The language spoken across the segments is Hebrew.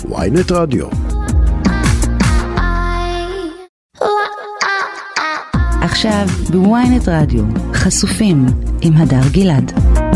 ynet רדיו. עכשיו בוויינט רדיו, חשופים עם הדר גלעד.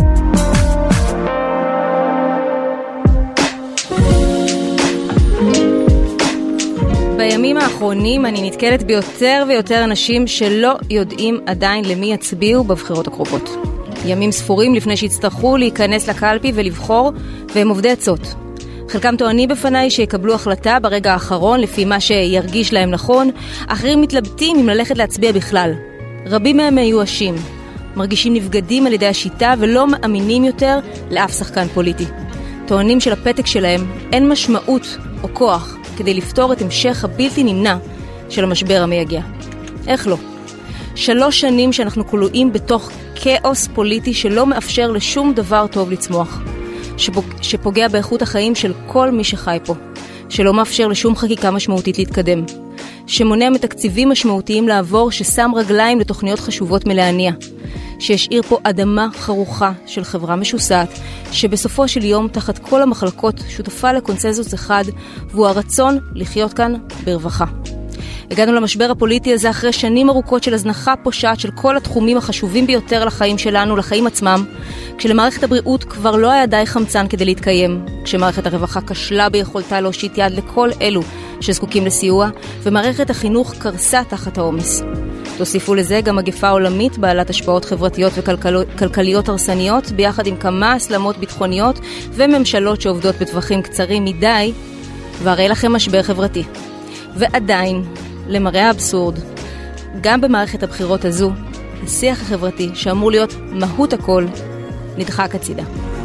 בימים האחרונים אני נתקלת ביותר ויותר אנשים שלא יודעים עדיין למי יצביעו בבחירות הקרובות. ימים ספורים לפני שיצטרכו להיכנס לקלפי ולבחור, והם עובדי עצות. חלקם טוענים בפניי שיקבלו החלטה ברגע האחרון לפי מה שירגיש להם נכון, אחרים מתלבטים אם ללכת להצביע בכלל. רבים מהם מיואשים, מרגישים נבגדים על ידי השיטה ולא מאמינים יותר לאף שחקן פוליטי. טוענים שלפתק שלהם אין משמעות או כוח כדי לפתור את המשך הבלתי נמנע של המשבר המייגע. איך לא? 3 שנים שאנחנו כלואים בתוך כאוס פוליטי שלא מאפשר לשום דבר טוב לצמוח. שפוגע באיכות החיים של כל מי שחי פה, שלא מאפשר לשום חקיקה משמעותית להתקדם, שמונע מתקציבים משמעותיים לעבור, ששם רגליים לתוכניות חשובות מלהניע, שישאיר פה אדמה חרוכה של חברה משוסעת, שבסופו של יום תחת כל המחלקות שותפה לקונסנזוס אחד, והוא הרצון לחיות כאן ברווחה. הגענו למשבר הפוליטי הזה אחרי שנים ארוכות של הזנחה פושעת של כל התחומים החשובים ביותר לחיים שלנו, לחיים עצמם, כשלמערכת הבריאות כבר לא היה די חמצן כדי להתקיים, כשמערכת הרווחה כשלה ביכולתה להושיט יד לכל אלו שזקוקים לסיוע, ומערכת החינוך קרסה תחת העומס. תוסיפו לזה גם מגפה עולמית בעלת השפעות חברתיות וכלכליות הרסניות, ביחד עם כמה הסלמות ביטחוניות וממשלות שעובדות בטווחים קצרים מדי, והרי לכם משבר חברתי. ועדיין, למראה האבסורד, גם במערכת הבחירות הזו, השיח החברתי שאמור להיות מהות הכל, נדחק הצידה.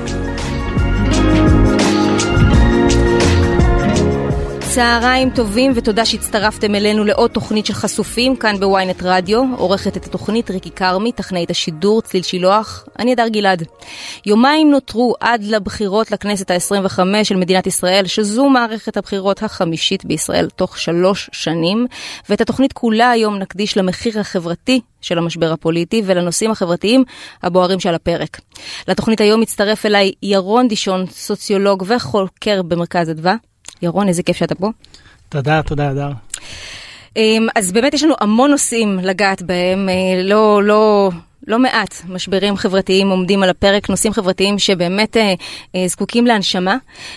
צהריים טובים ותודה שהצטרפתם אלינו לעוד תוכנית של חשופים כאן בוויינט רדיו. עורכת את התוכנית ריקי קרמי, טכנאית השידור צליל שילוח, אני הדר גלעד. יומיים נותרו עד לבחירות לכנסת ה-25 של מדינת ישראל, שזו מערכת הבחירות החמישית בישראל תוך 3 שנים, ואת התוכנית כולה היום נקדיש למחיר החברתי של המשבר הפוליטי ולנושאים החברתיים הבוערים שעל הפרק. לתוכנית היום מצטרף אליי ירון דישון, סוציולוג וחוקר במרכז אדווה. ירון, איזה כיף שאתה פה. תודה, הדר. אז באמת יש לנו המון נושאים לגעת בהם, לא מעט משברים חברתיים עומדים על הפרק, נושאים חברתיים שבאמת זקוקים להנשמה.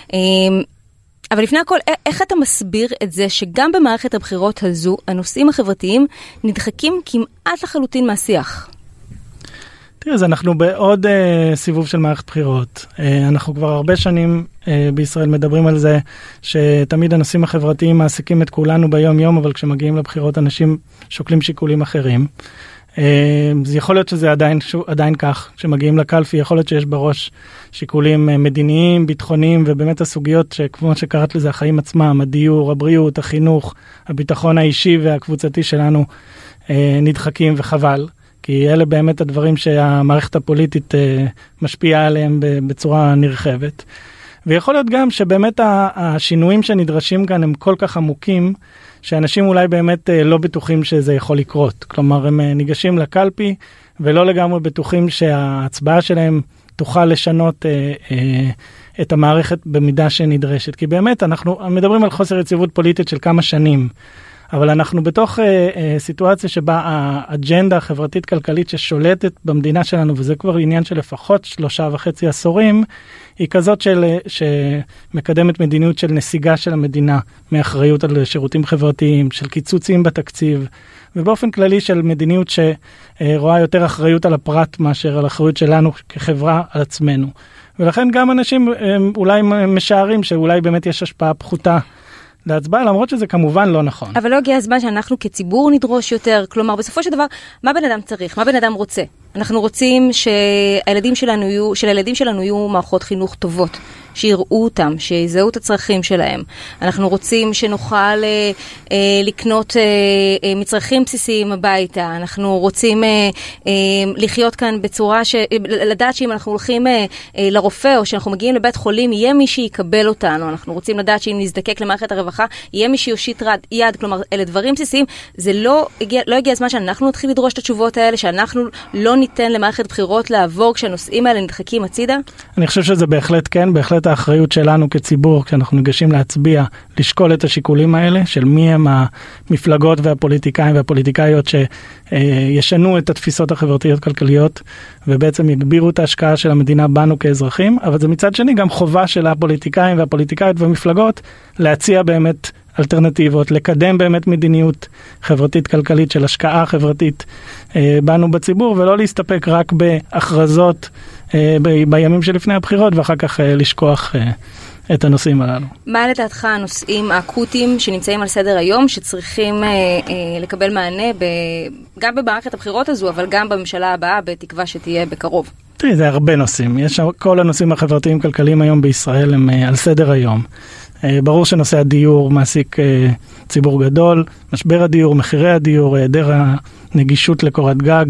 אבל לפני הכל, איך אתה מסביר את זה שגם במערכת הבחירות הזו, הנושאים החברתיים נדחקים כמעט לחלוטין מהשיח? תראה, אז אנחנו בעוד סיבוב של מערכת בחירות. אנחנו כבר הרבה שנים בישראל מדברים על זה שתמיד הנושאים החברתיים מעסיקים את כולנו ביום יום, אבל כשמגיעים לבחירות אנשים שוקלים שיקולים אחרים. זה יכול להיות שזה עדיין כך, כשמגיעים לקלפי יכול להיות שיש בראש שיקולים מדיניים, ביטחוניים, ובאמת הסוגיות שכמו שקראת לזה, החיים עצמם, הדיור, הבריאות, החינוך, הביטחון האישי והקבוצתי שלנו נדחקים, וחבל. כי אלה באמת הדברים שהמערכת הפוליטית משפיעה עליהם בצורה נרחבת. ויכול להיות גם שבאמת השינויים שנדרשים כאן הם כל כך עמוקים, שאנשים אולי באמת לא בטוחים שזה יכול לקרות. כלומר, הם ניגשים לקלפי, ולא לגמרי בטוחים שההצבעה שלהם תוכל לשנות את המערכת במידה שנדרשת. כי באמת אנחנו מדברים על חוסר יציבות פוליטית של כמה שנים, אבל אנחנו בתוך סיטואציה שבה האג'נדה החברתית-כלכלית ששולטת במדינה שלנו, וזה כבר עניין של לפחות 3.5 עשורים, היא כזאת שמקדמת מדיניות של נסיגה של המדינה מאחריות על שירותים חברתיים, של קיצוצים בתקציב, ובאופן כללי של מדיניות שרואה יותר אחריות על הפרט מאשר על אחריות שלנו כחברה על עצמנו. ולכן גם אנשים אולי משערים שאולי באמת יש השפעה פחותה להצבעה, למרות שזה כמובן לא נכון. אבל לא הגיע הזמן שאנחנו כציבור נדרוש יותר, כלומר בסופו של דבר, מה בן אדם צריך? מה בן אדם רוצה? אנחנו רוצים שהילדים שלנו יהיו מערכות חינוך טובות, שיראו אותם, שיזהו את הצרכים שלהם. אנחנו רוצים שנוכל לקנות מצרכים בסיסיים הביתה. אנחנו רוצים לחיות כאן בצורה לדעת שאם אנחנו הולכים לרופא או שאנחנו מגיעים לבית חולים, יהיה מי שיקבל אותנו. אנחנו רוצים לדעת שאם נזדקק למערכת הרווחה, יהיה מי שיושיט יד. כלומר, אלה דברים בסיסיים. זה לא הגיע הזמן שאנחנו נתחיל לדרוש את התשובות האלה, שאנחנו לא ניתן למערכת בחירות לעבור כשהנושאים האלה נדחקים הצידה? אני חושב שזה בהחלט כן, בהחלט להיות האחריות שלנו כציבור, כשאנחנו ניגשים להצביע, לשקול את השיקולים האלה, של מי הם המפלגות והפוליטיקאים והפוליטיקאיות שישנו את התפיסות החברתיות כלכליות, ובעצם יגבירו את ההשקעה של המדינה בנו כאזרחים, אבל זה מצד שני גם חובה של הפוליטיקאים והפוליטיקאיות והמפלגות, להציע באמת אלטרנטיבות, לקדם באמת מדיניות חברתית-כלכלית של השקעה חברתית בנו בציבור, ולא להסתפק רק בהכרזות בימים שלפני הבחירות, ואחר כך לשכוח את הנושאים הללו. מה לדעתך הנושאים האקוטיים שנמצאים על סדר היום, שצריכים לקבל מענה גם במערכת הבחירות הזו, אבל גם בממשלה הבאה, בתקווה שתהיה בקרוב? תראי, זה הרבה נושאים. כל הנושאים החברתיים-כלכליים היום בישראל הם על סדר היום. ברור שנושא הדיור מעסיק ציבור גדול, משבר הדיור, מחירי הדיור, היעדר הנגישות לקורת גג,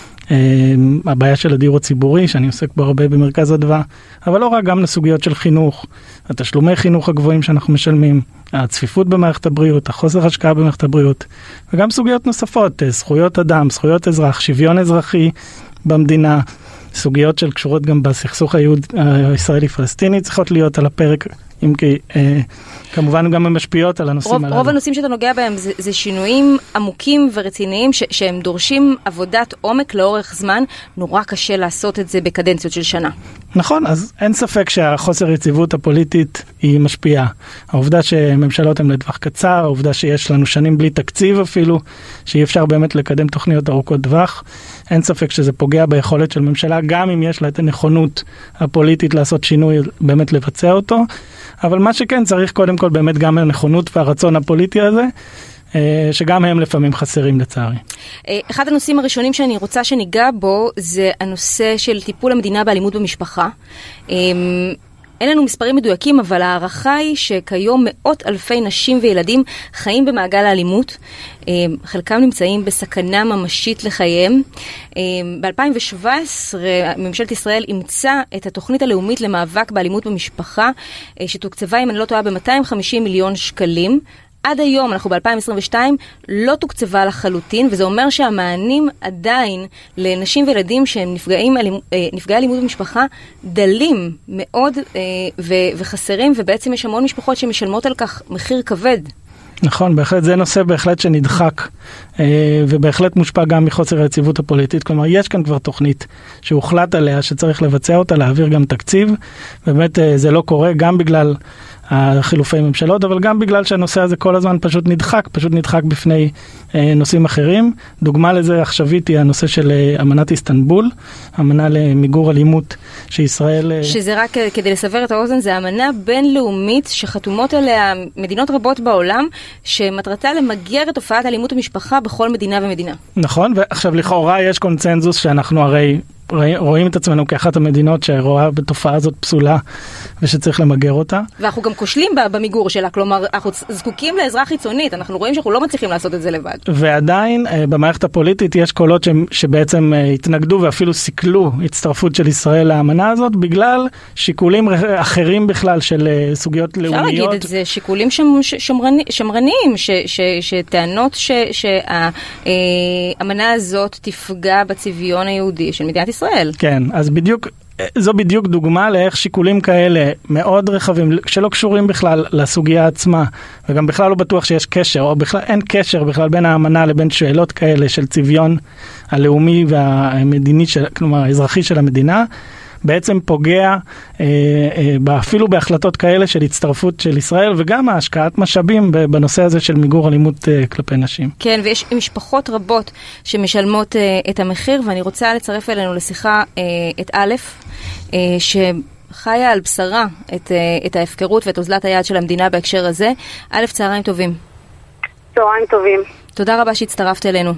הבעיה של הדיור הציבורי, שאני עוסק בו הרבה במרכז אדווה, אבל לא רק, גם לסוגיות של חינוך, התשלומי חינוך הגבוהים שאנחנו משלמים, הצפיפות במערכת הבריאות, החוסר השקעה במערכת הבריאות, וגם סוגיות נוספות, זכויות אדם, זכויות אזרח, שוויון אזרחי במדינה, סוגיות של קשורות גם בסכסוך הישראלי-פלסטיני, צריכות להיות על הפרק, אם כי כמובן גם משפיעות על הנושאים הללו. רוב הנושאים שאתה נוגע בהם זה שינויים עמוקים ורציניים שהם דורשים עבודת עומק לאורך זמן. נורא קשה לעשות את זה בקדנציות של שנה. נכון, אז אין ספק שהחוסר יציבות הפוליטית היא משפיעה. העובדה שממשלות הן לטווח קצר, העובדה שיש לנו שנים בלי תקציב אפילו, שאי אפשר באמת לקדם תוכניות ארוכות טווח, אין ספק שזה פוגע ביכולת של ממשלה, גם אם יש לה את הנכונות הפוליטית לעשות שינוי, באמת לבצע אותו. אבל מה שכן, צריך קודם כל באמת גם הנכונות והרצון הפוליטי הזה, שגם הם לפעמים חסרים לצערי. אחד הנושאים הראשונים שאני רוצה שניגע בו, זה הנושא של טיפול המדינה באלימות במשפחה. אין לנו מספרים מדויקים, אבל הערכה היא שכיום מאות אלפי נשים וילדים חיים במעגל האלימות. חלקם נמצאים בסכנה ממשית לחייהם. ב-2017 ממשלת ישראל אימצה את התוכנית הלאומית למאבק באלימות במשפחה, שתוקצבה, אם אני לא טועה, ב-250 מיליון שקלים. עד היום, אנחנו ב-2022, לא תוקצבה לחלוטין, וזה אומר שהמענים עדיין לנשים וילדים שהם נפגעי אלימות במשפחה דלים מאוד וחסרים, ובעצם יש המון משפחות שמשלמות על כך מחיר כבד. נכון, בהחלט, זה נושא בהחלט שנדחק, ובהחלט מושפע גם מחוסר היציבות הפוליטית. כלומר, יש כאן כבר תוכנית שהוחלט עליה, שצריך לבצע אותה, להעביר גם תקציב, באמת זה לא קורה, גם בגלל החילופי ממשלות, אבל גם בגלל שהנושא הזה כל הזמן פשוט נדחק בפני נושאים אחרים. דוגמה לזה עכשווית היא הנושא של אמנת איסטנבול, אמנה למיגור אלימות שישראל... שזה רק כדי לסבר את האוזן, זה אמנה בינלאומית שחתומות עליה מדינות רבות בעולם, שמטרתה למגר את תופעת אלימות המשפחה בכל מדינה ומדינה. נכון, ועכשיו לכאורה יש קונצנזוס שאנחנו הרי רואים את עצמנו כאחת המדינות שרואה בתופעה הזאת פסולה ושצריך למגר אותה. ואנחנו גם כושלים במיגור שלה, כלומר, אנחנו זקוקים לעזרה חיצונית, אנחנו רואים שאנחנו לא מצליחים לעשות את זה לבד. ועדיין, במערכת הפוליטית יש קולות שבעצם התנגדו ואפילו סיכלו הצטרפות של ישראל לאמנה הזאת, בגלל שיקולים אחרים בכלל של סוגיות לאומיות. אפשר להגיד את זה, שיקולים שמרניים, שטענות שהאמנה הזאת תפגע בצביון היהודי של מדינת ישראל. כן, אז זו בדיוק דוגמה לאיך שיקולים כאלה מאוד רחבים, שלא קשורים בכלל לסוגיה עצמה, וגם בכלל לא בטוח שיש קשר, או בכלל אין קשר בכלל בין האמנה לבין שאלות כאלה של צביון הלאומי והמדיני, כלומר האזרחי של המדינה, בעצם פוגע אפילו בהחלטות כאלה של הצטרפות של ישראל, וגם ההשקעת משאבים בנושא הזה של מיגור אלימות כלפי נשים. כן, ויש משפחות רבות שמשלמות את המחיר, ואני רוצה לצרף אלינו לשיחה את א', שחיה על בשרה את ההפקרות ואת אוזלת היד של המדינה בהקשר הזה. א', צהריים טובים. צהריים טובים. תודה רבה שהצטרפת אלינו.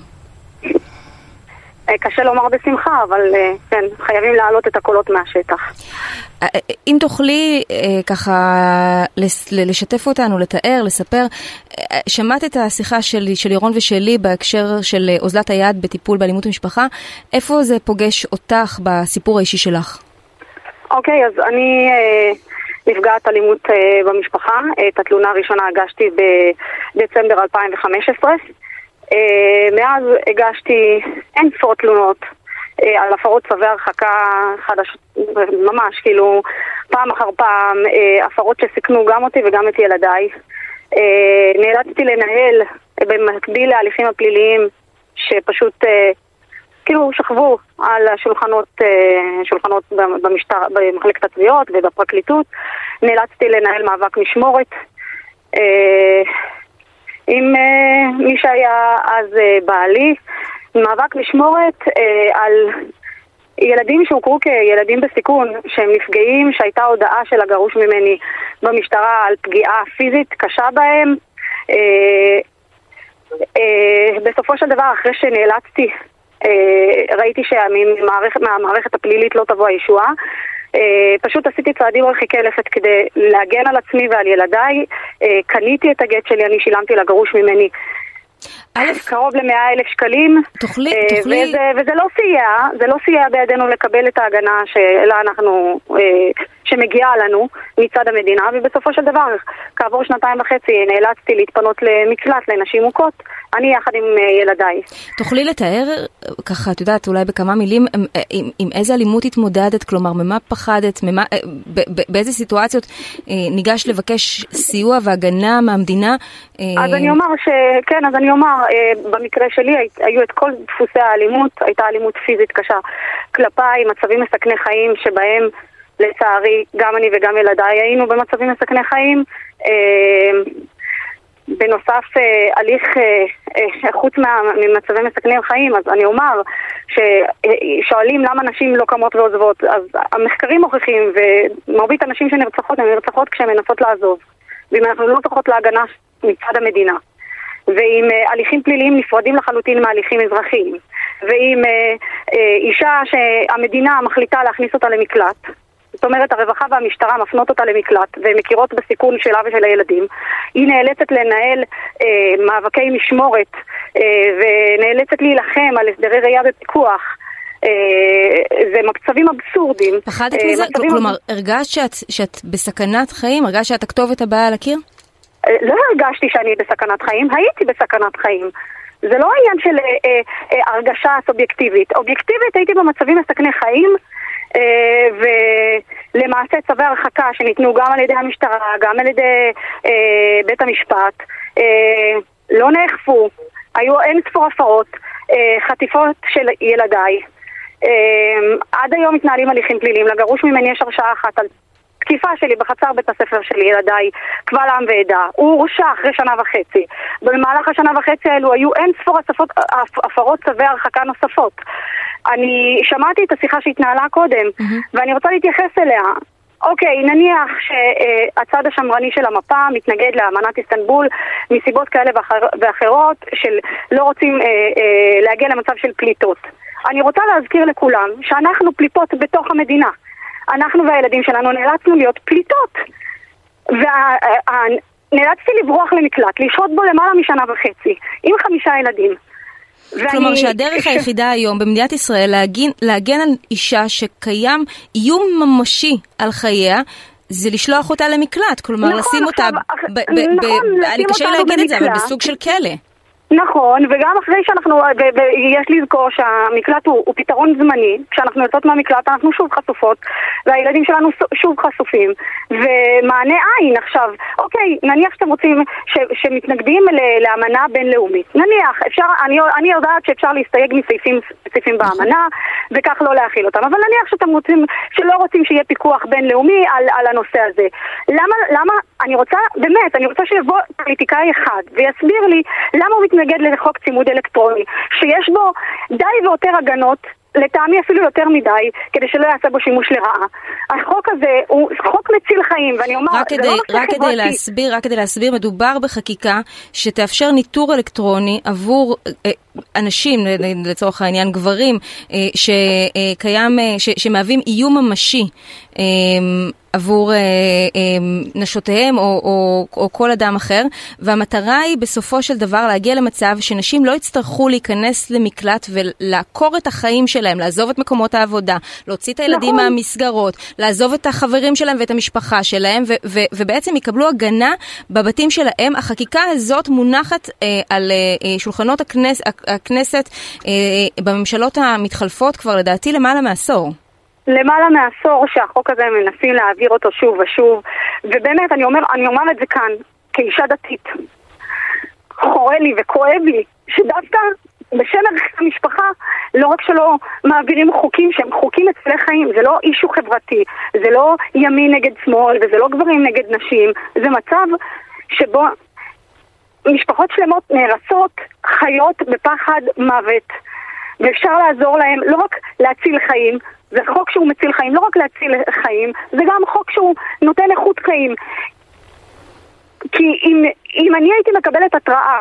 קשה לומר בשמחה, אבל כן, חייבים להעלות את הקולות מהשטח. אם תוכלי ככה לשתף אותנו, לתאר, לספר, שמעת את השיחה של ירון ושלי בהקשר של אוזלת היד בטיפול באלימות המשפחה, איפה זה פוגש אותך בסיפור האישי שלך? אוקיי, אז אני נפגעת אלימות במשפחה. את התלונה הראשונה הגשתי בדצמבר 2015. מאז הגשתי אין ספור תלונות על הפרות צווי הרחקה חדשות, ממש, כאילו, פעם אחר פעם, הפרות שסיכנו גם אותי וגם את ילדיי. נאלצתי לנהל במקביל להליכים הפליליים שפשוט כאילו שכבו על שולחנות במחלקת התביעות ובפרקליטות. נאלצתי לנהל מאבק משמורת עם מי שהיה אז בעלי, מאבק משמורת על ילדים שהוכרו כילדים בסיכון, שהם נפגעים, שהייתה הודעה של הגרוש ממני במשטרה על פגיעה פיזית קשה בהם. בסופו של דבר, אחרי שנאלצתי, ראיתי מהמערכת הפלילית לא תבוא הישועה. פשוט עשיתי צעדים מרחיקי לכת כדי להגן על עצמי ועל ילדיי. קניתי את הגט שלי, אני שילמתי לגרוש ממני קרוב ל100,000 שקלים, וזה לא סייע בידינו לקבל את ההגנה שמגיעה לנו מצד המדינה, ובסופו של דבר, כעבור 2.5 נאלצתי להתפנות למקלט לנשים מוכות, אני יחד עם ילדיי. תוכלי לתאר, ככה, את יודעת, אולי בכמה מילים, עם איזה אלימות התמודדת, כלומר, ממה פחדת, באיזה סיטואציות ניגש לבקש סיוע והגנה מהמדינה? אז אני אומר, במקרה שלי היו את כל דפוסי האלימות, הייתה אלימות פיזית קשה כלפיי, מצבים מסכני חיים שבהם לצערי גם אני וגם ילדיי היינו במצבים מסכני חיים. בנוסף, הליך חוץ ממצבים מסכני חיים, אז אני אומר ששואלים למה נשים לא קמות ועוזבות, אז המחקרים מוכיחים, ומרבית הנשים שנרצחות הן נרצחות כשהן מנסות לעזוב, ואם אנחנו לא זוכות להגנה מצד המדינה, ועם הליכים פליליים נפרדים לחלוטין מהליכים אזרחיים, ועם אישה שהמדינה מחליטה להכניס אותה למקלט, זאת אומרת, הרווחה והמשטרה מפנות אותה למקלט ומכירות בסיכון שלה ושל הילדים, היא נאלצת לנהל מאבקי משמורת ונאלצת להילחם על הסדרי ראייה בפיקוח. זה מצבים אבסורדים. פחדת מזה? כלומר, הרגשת שאת בסכנת חיים? הרגשת שאת הכתובת הבאה על הקיר? לא הרגשתי שאני בסכנת חיים, הייתי בסכנת חיים. זה לא העניין של הרגשה סובייקטיבית. אובייקטיבית הייתי במצבים מסכני חיים, ולמעשה צווי הרחקה שניתנו גם על ידי המשטרה, גם על ידי בית המשפט, לא נאכפו. היו אין ספור הפרות, חטיפות של ילדיי. עד היום מתנהלים הליכים פליליים. לגרוש ממני יש הרשעה אחת על תקיפה שלי בחצר בית הספר של ילדיי, קבל עם ועדה. הוא הורשע אחרי 1.5. במהלך 1.5 האלו היו אין ספור הפרות צווי הרחקה נוספות. אני שמעתי את השיחה שהתנהלה קודם, ואני רוצה להתייחס אליה. אוקיי, נניח שהצד השמרני של המפה מתנגד לאמנת איסטנבול מסיבות כאלה ואחרות של לא רוצים להגיע למצב של פליטות. אני רוצה להזכיר לכולם שאנחנו פליטות בתוך המדינה. אנחנו והילדים שלנו נאלצנו להיות פליטות. ונאלצתי לברוח למקלט, לשהות בו למעלה מ1.5 עם 5 ילדים. כלומר שהדרך היחידה היום במדינת ישראל להגן על אישה שקיים איום ממשי על חייה, זה לשלוח אותה למקלט, כלומר לשים אותה, אני קשה להגיד את זה, אבל בסוג של כלא. נכון, וגם אחרי יש לזכור שהמקלט הוא פתרון זמני, כשאנחנו יוצאות מהמקלט אנחנו שוב חשופות, והילדים שלנו שוב חשופים, ומענה עין עכשיו. אוקיי, נניח שאתם רוצים, שמתנגדים לאמנה בינלאומית. נניח, אני יודעת שאפשר להסתייג מסעיפים באמנה, וכך לא להכיל אותם, אבל נניח שאתם רוצים, שלא רוצים שיהיה פיקוח בינלאומי על הנושא הזה. למה, אני רוצה שיבוא פוליטיקאי אחד, ויסביר לי למה הוא מתנגד לחוק צימוד אלקטרוני, שיש בו די ויותר הגנות, לטעמי אפילו יותר מדי, כדי שלא יעשה בו שימוש לרעה. החוק הזה הוא חוק מציל חיים, ואני אומר, רק כדי להסביר, מדובר בחקיקה שתאפשר ניטור אלקטרוני עבור אנשים, לצורך העניין גברים, שמהווים איום ממשי עבור נשותיהם או כל אדם אחר, והמטרה היא בסופו של דבר להגיע למצב שנשים לא יצטרכו להיכנס למקלט ולעקור את החיים שלהם, לעזוב את מקומות העבודה, להוציא את הילדים מהמסגרות, לעזוב את החברים שלהם ואת המשפחה שלהם, ובעצם יקבלו הגנה בבתים שלהם. החקיקה הזאת מונחת על שולחנות הכנסת בממשלות המתחלפות כבר לדעתי למעלה מעשור. למעלה מעשור שהחוק הזה מנסים להעביר אותו שוב ושוב, ובאמת אני אומר את זה כאן כאישה דתית. חורה לי וכואב לי שדווקא בשם ערכי המשפחה לא רק שלא מעבירים חוקים שהם חוקים מצילי חיים, זה לא אישו חברתי, זה לא ימין נגד שמאל וזה לא גברים נגד נשים, זה מצב שבו משפחות שלמות נהרסות, חיות בפחד מוות, ואפשר לעזור להם לא רק להציל חיים, זה חוק שהוא מציל חיים, לא רק להציל חיים, זה גם חוק שהוא נותן איכות חיים. כי אם אני הייתי מקבלת התראה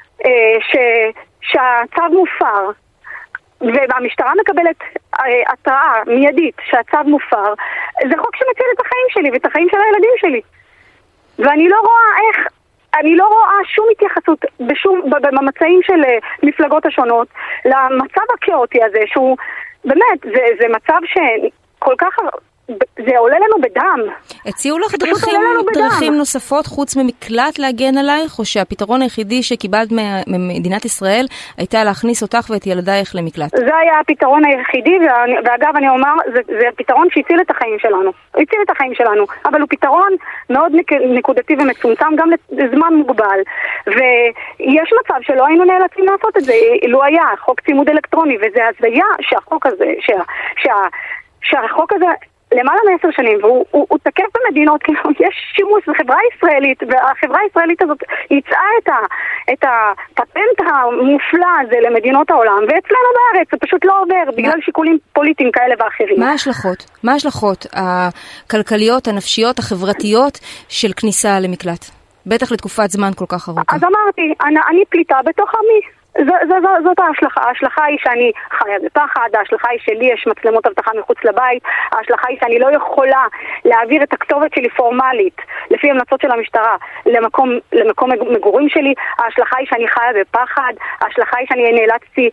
שהצו מופר, והמשטרה מקבלת התראה מיידית שהצו מופר, זה חוק שמציל את החיים שלי ואת החיים של הילדים שלי. ואני לא רואה אני לא רואה שום התייחסות במצעים של מפלגות השונות למצב הכאוטי הזה, שהוא באמת, זה מצב שכל כך, זה עולה לנו בדם. הציעו לך דרכים נוספות חוץ ממקלט להגן עלייך, או שהפתרון היחידי שקיבלת ממדינת ישראל הייתה להכניס אותך ואת ילדייך למקלט? זה היה הפתרון היחידי, ואגב אני אומר, זה הפתרון שהציל את החיים שלנו. הציל את החיים שלנו, אבל הוא פתרון מאוד נקודתי ומצומצם, גם לזמן מוגבל. ויש מצב שלא היינו נאלצים לעשות את זה, לא היה חוק צימוד אלקטרוני, וזה הזיה שהחוק הזה, שהחוק הזה למעלה מ10 שנים, והוא תקף במדינות, כאילו יש שימוש בחברה ישראלית, והחברה הישראלית הזאת יצאה את הפטנט המופלא הזה למדינות העולם, ואצלנו בארץ זה פשוט לא עובר, בגלל שיקולים פוליטיים כאלה ואחרים. מה ההשלכות? מה ההשלכות הכלכליות, הנפשיות, החברתיות של כניסה למקלט? בטח לתקופת זמן כל כך ארוכה. אז אמרתי, אני פליטה בתוך עמי. זאת ההשלכה. ההשלכה היא שאני חיה בפחד, ההשלכה היא שלי יש מצלמות אבטחה מחוץ לבית, ההשלכה היא שאני לא יכולה להעביר את הכתובת שלי פורמלית לפי המלצות של המשטרה למקום מגורים שלי, ההשלכה היא שאני חיה בפחד, ההשלכה היא שאני נאלצתי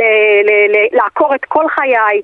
לעקור את כל חיי,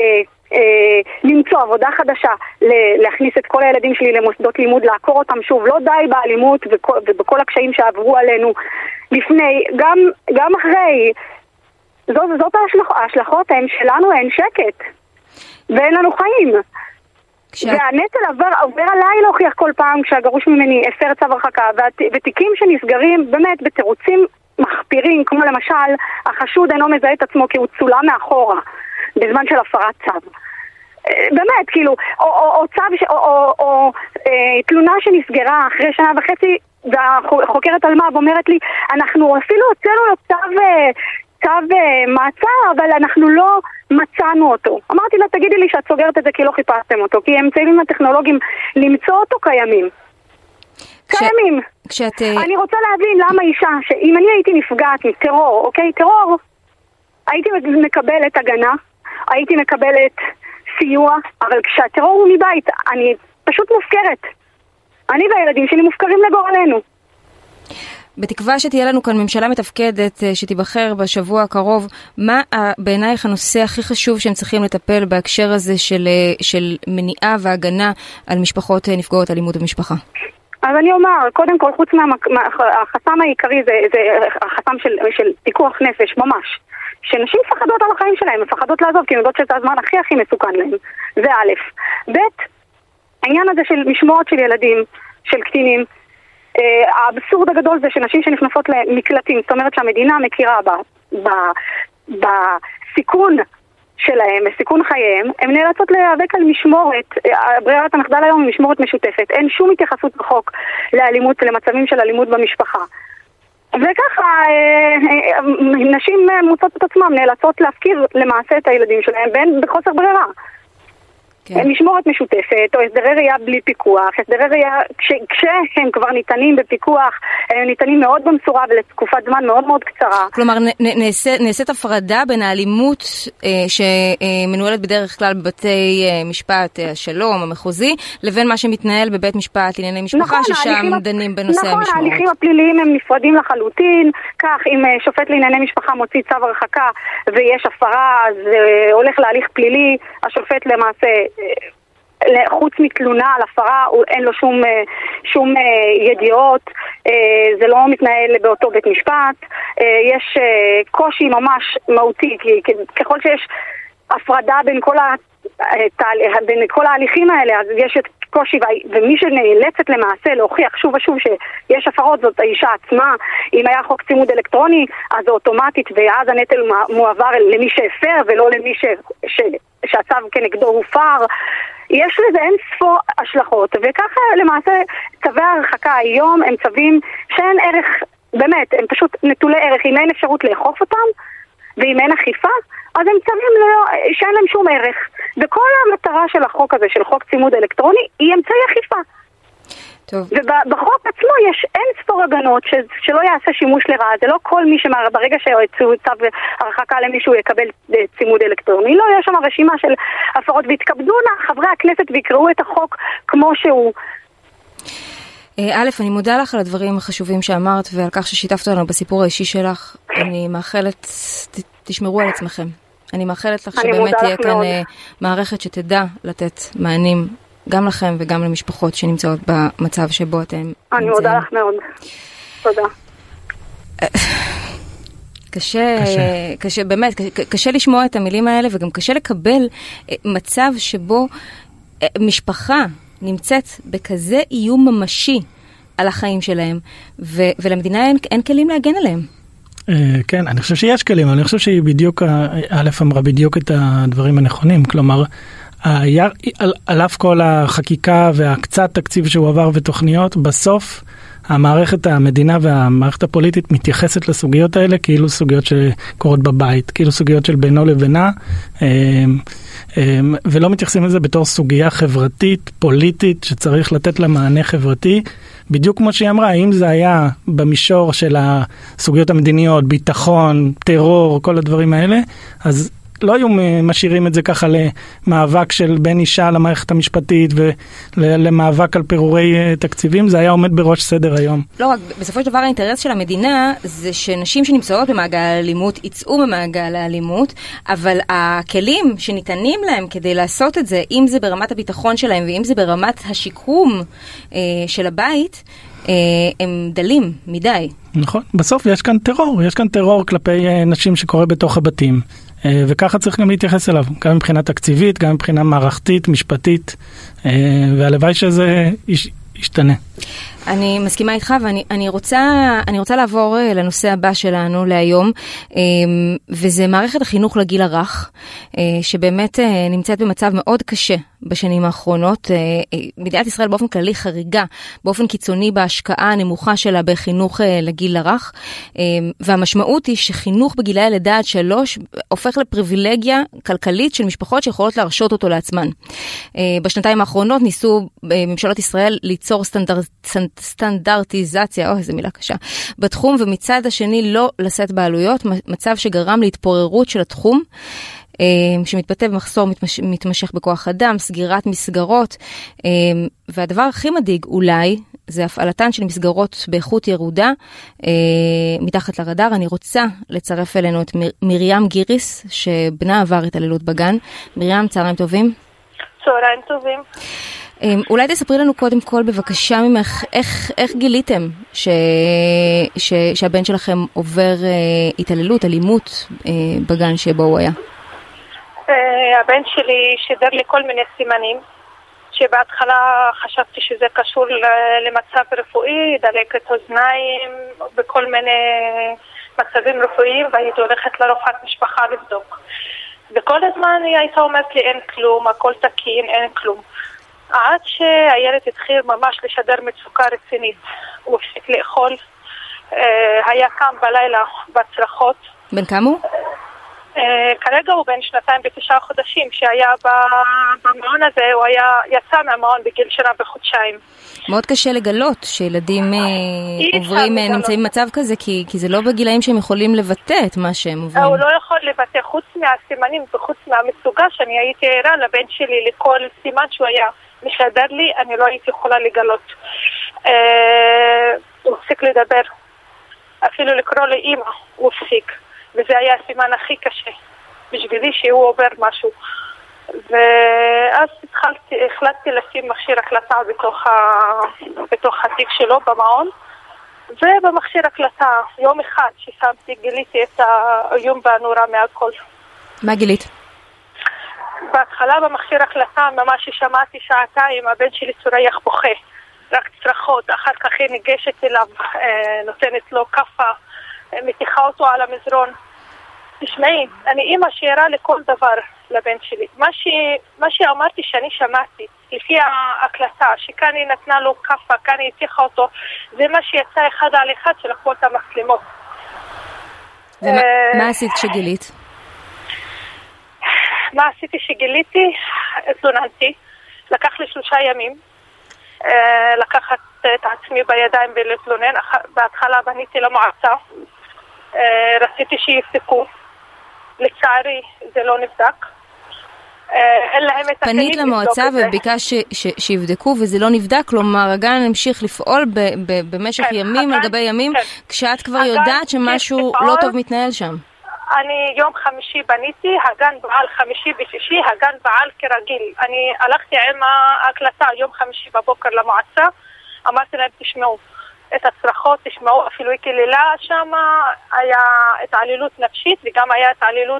למצוא עבודה חדשה, להכניס את כל הילדים שלי למוסדות לימוד, לעקור אותם שוב, לא די באלימות ובכל הקשיים שעברו עלינו לפני, גם אחרי. זאת ההשלכות הן שלנו, אין שקט ואין לנו חיים. והנטל עובר עליי להוכיח כל פעם כשהגרוש ממני הפר צו הרחקה, ותיקים שנסגרים באמת בתירוצים מחפירים, כמו למשל החשוד אינו מזהה את עצמו כי הוא צולם מאחורה בזמן של הפרת צו. באמת, כאילו, או תלונה שנסגרה אחרי 1.5 שנה, והחוקרת אלמה אומרת לי, אנחנו אפילו הוצאנו לו צו מעצר, אבל אנחנו לא מצאנו אותו. אמרתי לה, תגידי לי שאת סוגרת את זה כי לא חיפשתם אותו, כי האמצעים הטכנולוגיים למצוא אותו קיימים. קיימים. אני רוצה להבין למה אישה, שאם אני הייתי נפגעת מטרור, אוקיי, טרור, הייתי מקבלת הגנה, הייתי מקבלת סיוע, אבל כשהטרור הוא מבית, אני פשוט מופקרת. אני והילדים שלי מופקרים לגורלנו. בתקווה שתהיה לנו כאן ממשלה מתפקדת שתיבחר בשבוע הקרוב, מה בעינייך הנושא הכי חשוב שהם צריכים לטפל בהקשר הזה של מניעה והגנה על משפחות נפגעות אלימות במשפחה? אז אני אומר, קודם כל, חוץ מהחסם העיקרי זה החסם של פיקוח נפש, ממש. שנשים מפחדות על החיים שלהם, מפחדות לעזוב, כי הן יודעות שזה הזמן הכי מסוכן להם. זה א'. ב', העניין הזה של משמורת של ילדים, של קטינים, האבסורד הגדול זה שנשים שנכנסות למקלטים, זאת אומרת שהמדינה מכירה בסיכון שלהם, בסיכון חייהם, הן נאלצות להיאבק על משמורת, ברירת המחדל היום היא משמורת משותפת, אין שום התייחסות בחוק לאלימות, למצבים של אלימות במשפחה. וככה נשים מוצאות את עצמם, נאלצות להפקיר למעשה את הילדים שלהם, בין בחוסר ברירה. משמורת משותפת, או הסדרי ראייה בלי פיקוח. הסדרי ראייה, כשהם כבר ניתנים בפיקוח, הם ניתנים מאוד במשורה ולתקופת זמן מאוד מאוד קצרה. כלומר, נעשית הפרדה בין האלימות שמנוהלת בדרך כלל בבתי משפט השלום, המחוזי, לבין מה שמתנהל בבית משפט לענייני משפחה, ששם דנים בנושא המשמורת. נכון, ההליכים הפליליים הם נפרדים לחלוטין, כך אם שופט לענייני משפחה מוציא צו הרחקה ויש הפרה, אז הולך להליך פלילי, השופט למעשה חוץ מתלונה על הפרה, אין לו שום ידיעות, זה לא מתנהל באותו בית משפט, יש קושי ממש מהותי, כי ככל שיש הפרדה בין כל ההליכים האלה, אז יש את קושי, ומי שנאלצת למעשה להוכיח שוב ושוב שיש הפרות זאת האישה עצמה. אם היה חוק צימוד אלקטרוני, אז זה אוטומטית, ואז הנטל מועבר למי שהפר ולא למי שהצו כנגדו הופר. יש לזה אין ספור השלכות, וככה למעשה צווי ההרחקה היום הם צווים שאין ערך, באמת, הם פשוט נטולי ערך. אם אין אפשרות לאכוף אותם, ואם אין אכיפה, אז הם צווים שאין להם שום ערך. וכל המטרה של החוק הזה, של חוק צימוד אלקטרוני, היא אמצעי אכיפה. טוב. ובחוק עצמו יש אין ספור הגנות שלא יעשה שימוש לרעה. זה לא כל מי ברגע שיוצאו צו הרחקה למישהו יקבל צימוד אלקטרוני. לא, יש שם רשימה של הפרות, והתכבדו חברי הכנסת ויקראו את החוק כמו שהוא. א', אני מודה לך על הדברים החשובים שאמרת ועל כך ששיתפת לנו בסיפור האישי שלך. אני מאחלת, תשמרו על עצמכם. אני מאחלת לך שבאמת תהיה כאן מערכת שתדע לתת מענים גם לכם וגם למשפחות שנמצאות במצב שבו אתם נמצאים. אני מודה לך מאוד. תודה. קשה, באמת, קשה לשמוע את המילים האלה, וגם קשה לקבל מצב שבו משפחה נמצאת בכזה איום ממשי על החיים שלהם, ולמדינה אין כלים להגן עליהם. כן, אני חושב שיש כלים, אבל אני חושב שהיא בדיוק, א' אמרה בדיוק את הדברים הנכונים, כלומר, על אף כל החקיקה והקצת תקציב שהוא עבר ותוכניות, בסוף המערכת המדינה והמערכת הפוליטית מתייחסת לסוגיות האלה כאילו סוגיות שקורות בבית, כאילו סוגיות של בינו לבינה, ולא מתייחסים לזה בתור סוגיה חברתית, פוליטית, שצריך לתת לה מענה חברתי. בדיוק כמו שהיא אמרה, אם זה היה במישור של הסוגיות המדיניות, ביטחון, טרור, כל הדברים האלה, אז לא היו משאירים את זה ככה למאבק של בין אישה למערכת המשפטית ולמאבק על פירורי תקציבים, זה היה עומד בראש סדר היום. לא רק, בסופו של דבר האינטרס של המדינה זה שנשים שנמצאות במעגל האלימות יצאו במעגל האלימות, אבל הכלים שניתנים להם כדי לעשות את זה, אם זה ברמת הביטחון שלהם ואם זה ברמת השיקום של הבית, הם דלים מדי. נכון, בסוף יש כאן טרור כלפי נשים שקורה בתוך הבתים. וככה צריך גם להתייחס אליו, גם מבחינה תקציבית, גם מבחינה מערכתית, משפטית, והלוואי שזה ישתנה. אני מסכימה איתך, ואני רוצה לעבור לנושא הבא שלנו להיום, וזה מערכת החינוך לגיל הרך, שבאמת נמצאת במצב מאוד קשה בשנים האחרונות. מדינת ישראל באופן כללי חריגה, באופן קיצוני בהשקעה הנמוכה שלה בחינוך לגיל הרך, והמשמעות היא שחינוך בגילאי לידה עד 3 הופך לפריבילגיה כלכלית של משפחות שיכולות להרשות אותו לעצמן. בשנתיים האחרונות ניסו ממשלות ישראל ליצור סטנדרטיזציה, איזה מילה קשה, בתחום, ומצד השני לא לשאת בעלויות, מצב שגרם להתפוררות של התחום, שמתבטא במחסור מתמשך בכוח אדם, סגירת מסגרות, והדבר הכי מדאיג אולי, זה הפעלתן של מסגרות באיכות ירודה, מתחת לרדאר. אני רוצה לצרף אלינו את מרים גיריס, שבנה עבר התעללות בגן. מרים, צהריים טובים. צהריים טובים. אולי תספרי לנו קודם כל בבקשה ממך, איך גיליתם שהבן שלכם עובר התעללות, אלימות בגן שבו הוא היה? הבן שלי שידר לי כל מיני סימנים, שבהתחלה חשבתי שזה קשור למצב רפואי, דלקת אוזניים, בכל מיני מצבים רפואיים, והייתי הולכת לרופאת משפחה לבדוק. וכל הזמן היא הייתה אומרת לי אין כלום, הכל תקין, אין כלום. עד שהילד התחיל ממש לשדר מצוקה רצינית. הוא הפסיק לאכול, היה קם בלילה בצרחות. בן כמה הוא? כרגע הוא בן 2 ו9 חודשים. שהיה במעון הזה, הוא יצא מהמעון בגיל 1 וחודשיים. מאוד קשה לגלות שילדים נמצאים במצב כזה, כי זה לא בגילאים שהם יכולים לבטא את מה שהם עוברים. הוא לא יכול לבטא, חוץ מהסימנים וחוץ מהמצוקה שאני הייתי ערה לבן שלי, לכל סימן שהוא היה משדר לי, אני לא הייתי יכולה לגלות. הוא הפסיק לדבר, אפילו לקרוא לאמא הוא הפסיק, וזה היה הסימן הכי קשה בשבילי שהוא עובר משהו. ואז החלטתי לשים מכשיר הקלטה בתוך התיק שלו במעון, ובמכשיר הקלטה יום אחד ששמתי גיליתי את האיום והנורא מהכל. מה גילית? בהתחלה במכשיר הקלטה ממש שמעתי שעתיים הבן שלי צורח בוכה, רק צרחות. אחר כך היא ניגשת אליו, נותנת לו כפה, מתיחה אותו על המזרון. תשמעי, אני אימא שערה לכל דבר לבן שלי. מה שאמרתי שאני שמעתי לפי ההקלטה, שכאן היא נתנה לו כפה, כאן היא התיחה אותו, זה מה שיצא אחד על אחד שלקחו את המצלמות. ומה עשית כשגילית? מה עשיתי שגיליתי? התלוננתי. לקח לי 3 ימים לקחת את עצמי בידיים ולהתלונן. בהתחלה פניתי למועצה, רציתי שיבדקו. לצערי זה לא נבדק. פנית למועצה וביקש שיבדקו וזה לא נבדק, כלומר הגן המשיך לפעול במשך ימים על גבי ימים, כשאת כבר יודעת שמשהו לא טוב מתנהל שם. אני יום חמישי בניתי, הגן פעל חמישי ושישי, הגן פעל כרגיל. אני הלכתי עם ההקלטה יום חמישי בבוקר למועצה, אמרתי להם תשמעו את הצרחות, תשמעו, אפילו כלילה שם היה התעללות נפשית וגם היה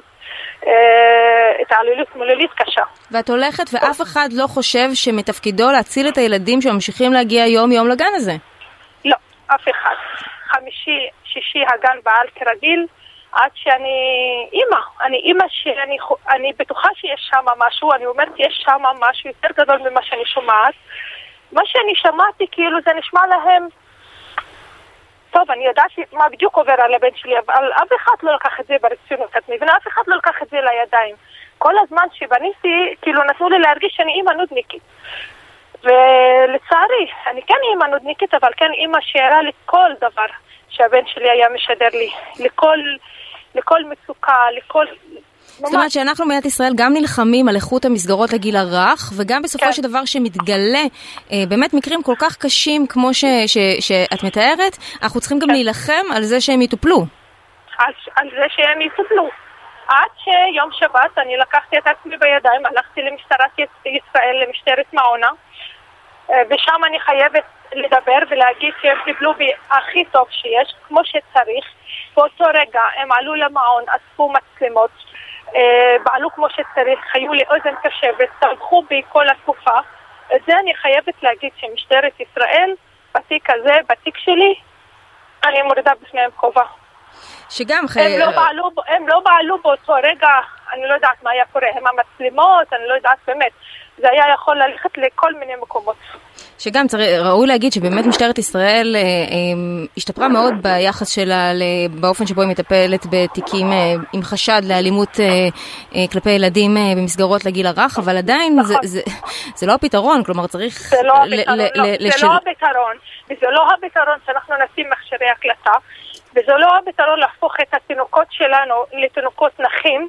התעללות מילולית קשה. ואת הולכת ואף אחד לא חושב שמתפקידו להציל את הילדים שממשיכים להגיע יום יום לגן הזה? לא, אף אחד. חמישי, שישי הגן פעל כרגיל, עד שאני אימא שאני בטוחה שיש שם משהו, אני אומרת יש שם משהו יותר גדול ממה שאני שומעת. מה שאני שמעתי כאילו זה נשמע להם טוב, אני ידעתי מה בדיוק עובר על הבן שלי, אבל אף אחד לא לקח את זה ברצינות, את מבינה? אף אחד לא לקח את זה לידיים. כל הזמן שבניתי, כאילו נתנו לי להרגיש שאני אימא נודניקית. ולצערי, אני כן אימא נודניקית, אבל כן אימא שערה לכל דבר שהבן שלי היה משדר לי, לכל מצוקה, לכל... זאת אומרת שאנחנו במדינת ישראל גם נלחמים על איכות המסגרות לגיל הרך, וגם בסופו של דבר שמתגלה באמת מקרים כל כך קשים כמו שאת מתארת, אנחנו צריכים גם להילחם על זה שהם יטופלו. על זה שהם יטופלו. עד שיום שבת אני לקחתי את עצמי בידיים, הלכתי למשטרת ישראל, למשטרת מעונה, ושם אני חייבת לדבר ולהגיד שהם טיפלו בי הכי טוב שיש, כמו שצריך. באותו רגע הם עלו למעון, אספו מצלמות, פעלו כמו שצריך, היו לי אוזן קשבת, תמכו בי כל התקופה. את זה אני חייבת להגיד שמשטרת ישראל, בתיק הזה, בתיק שלי, אני מורידה בפניהם כובע. שגם הם לא פעלו באותו רגע, אני לא יודעת מה היה קורה, הם המצלמות, אני לא יודעת באמת. זה היה יכול ללכת לכל מיני מקומות. שגם ראוי להגיד שבאמת משטרת ישראל השתפרה מאוד ביחס שלה באופן שבו היא מטפלת בתיקים עם חשד לאלימות כלפי ילדים במסגרות לגיל הרך, אבל עדיין זה לא הפתרון, כלומר צריך... זה לא הפתרון, וזה לא הפתרון שאנחנו נשים מכשירי הקלטה, וזה לא הפתרון להפוך את התינוקות שלנו לתינוקות נחים.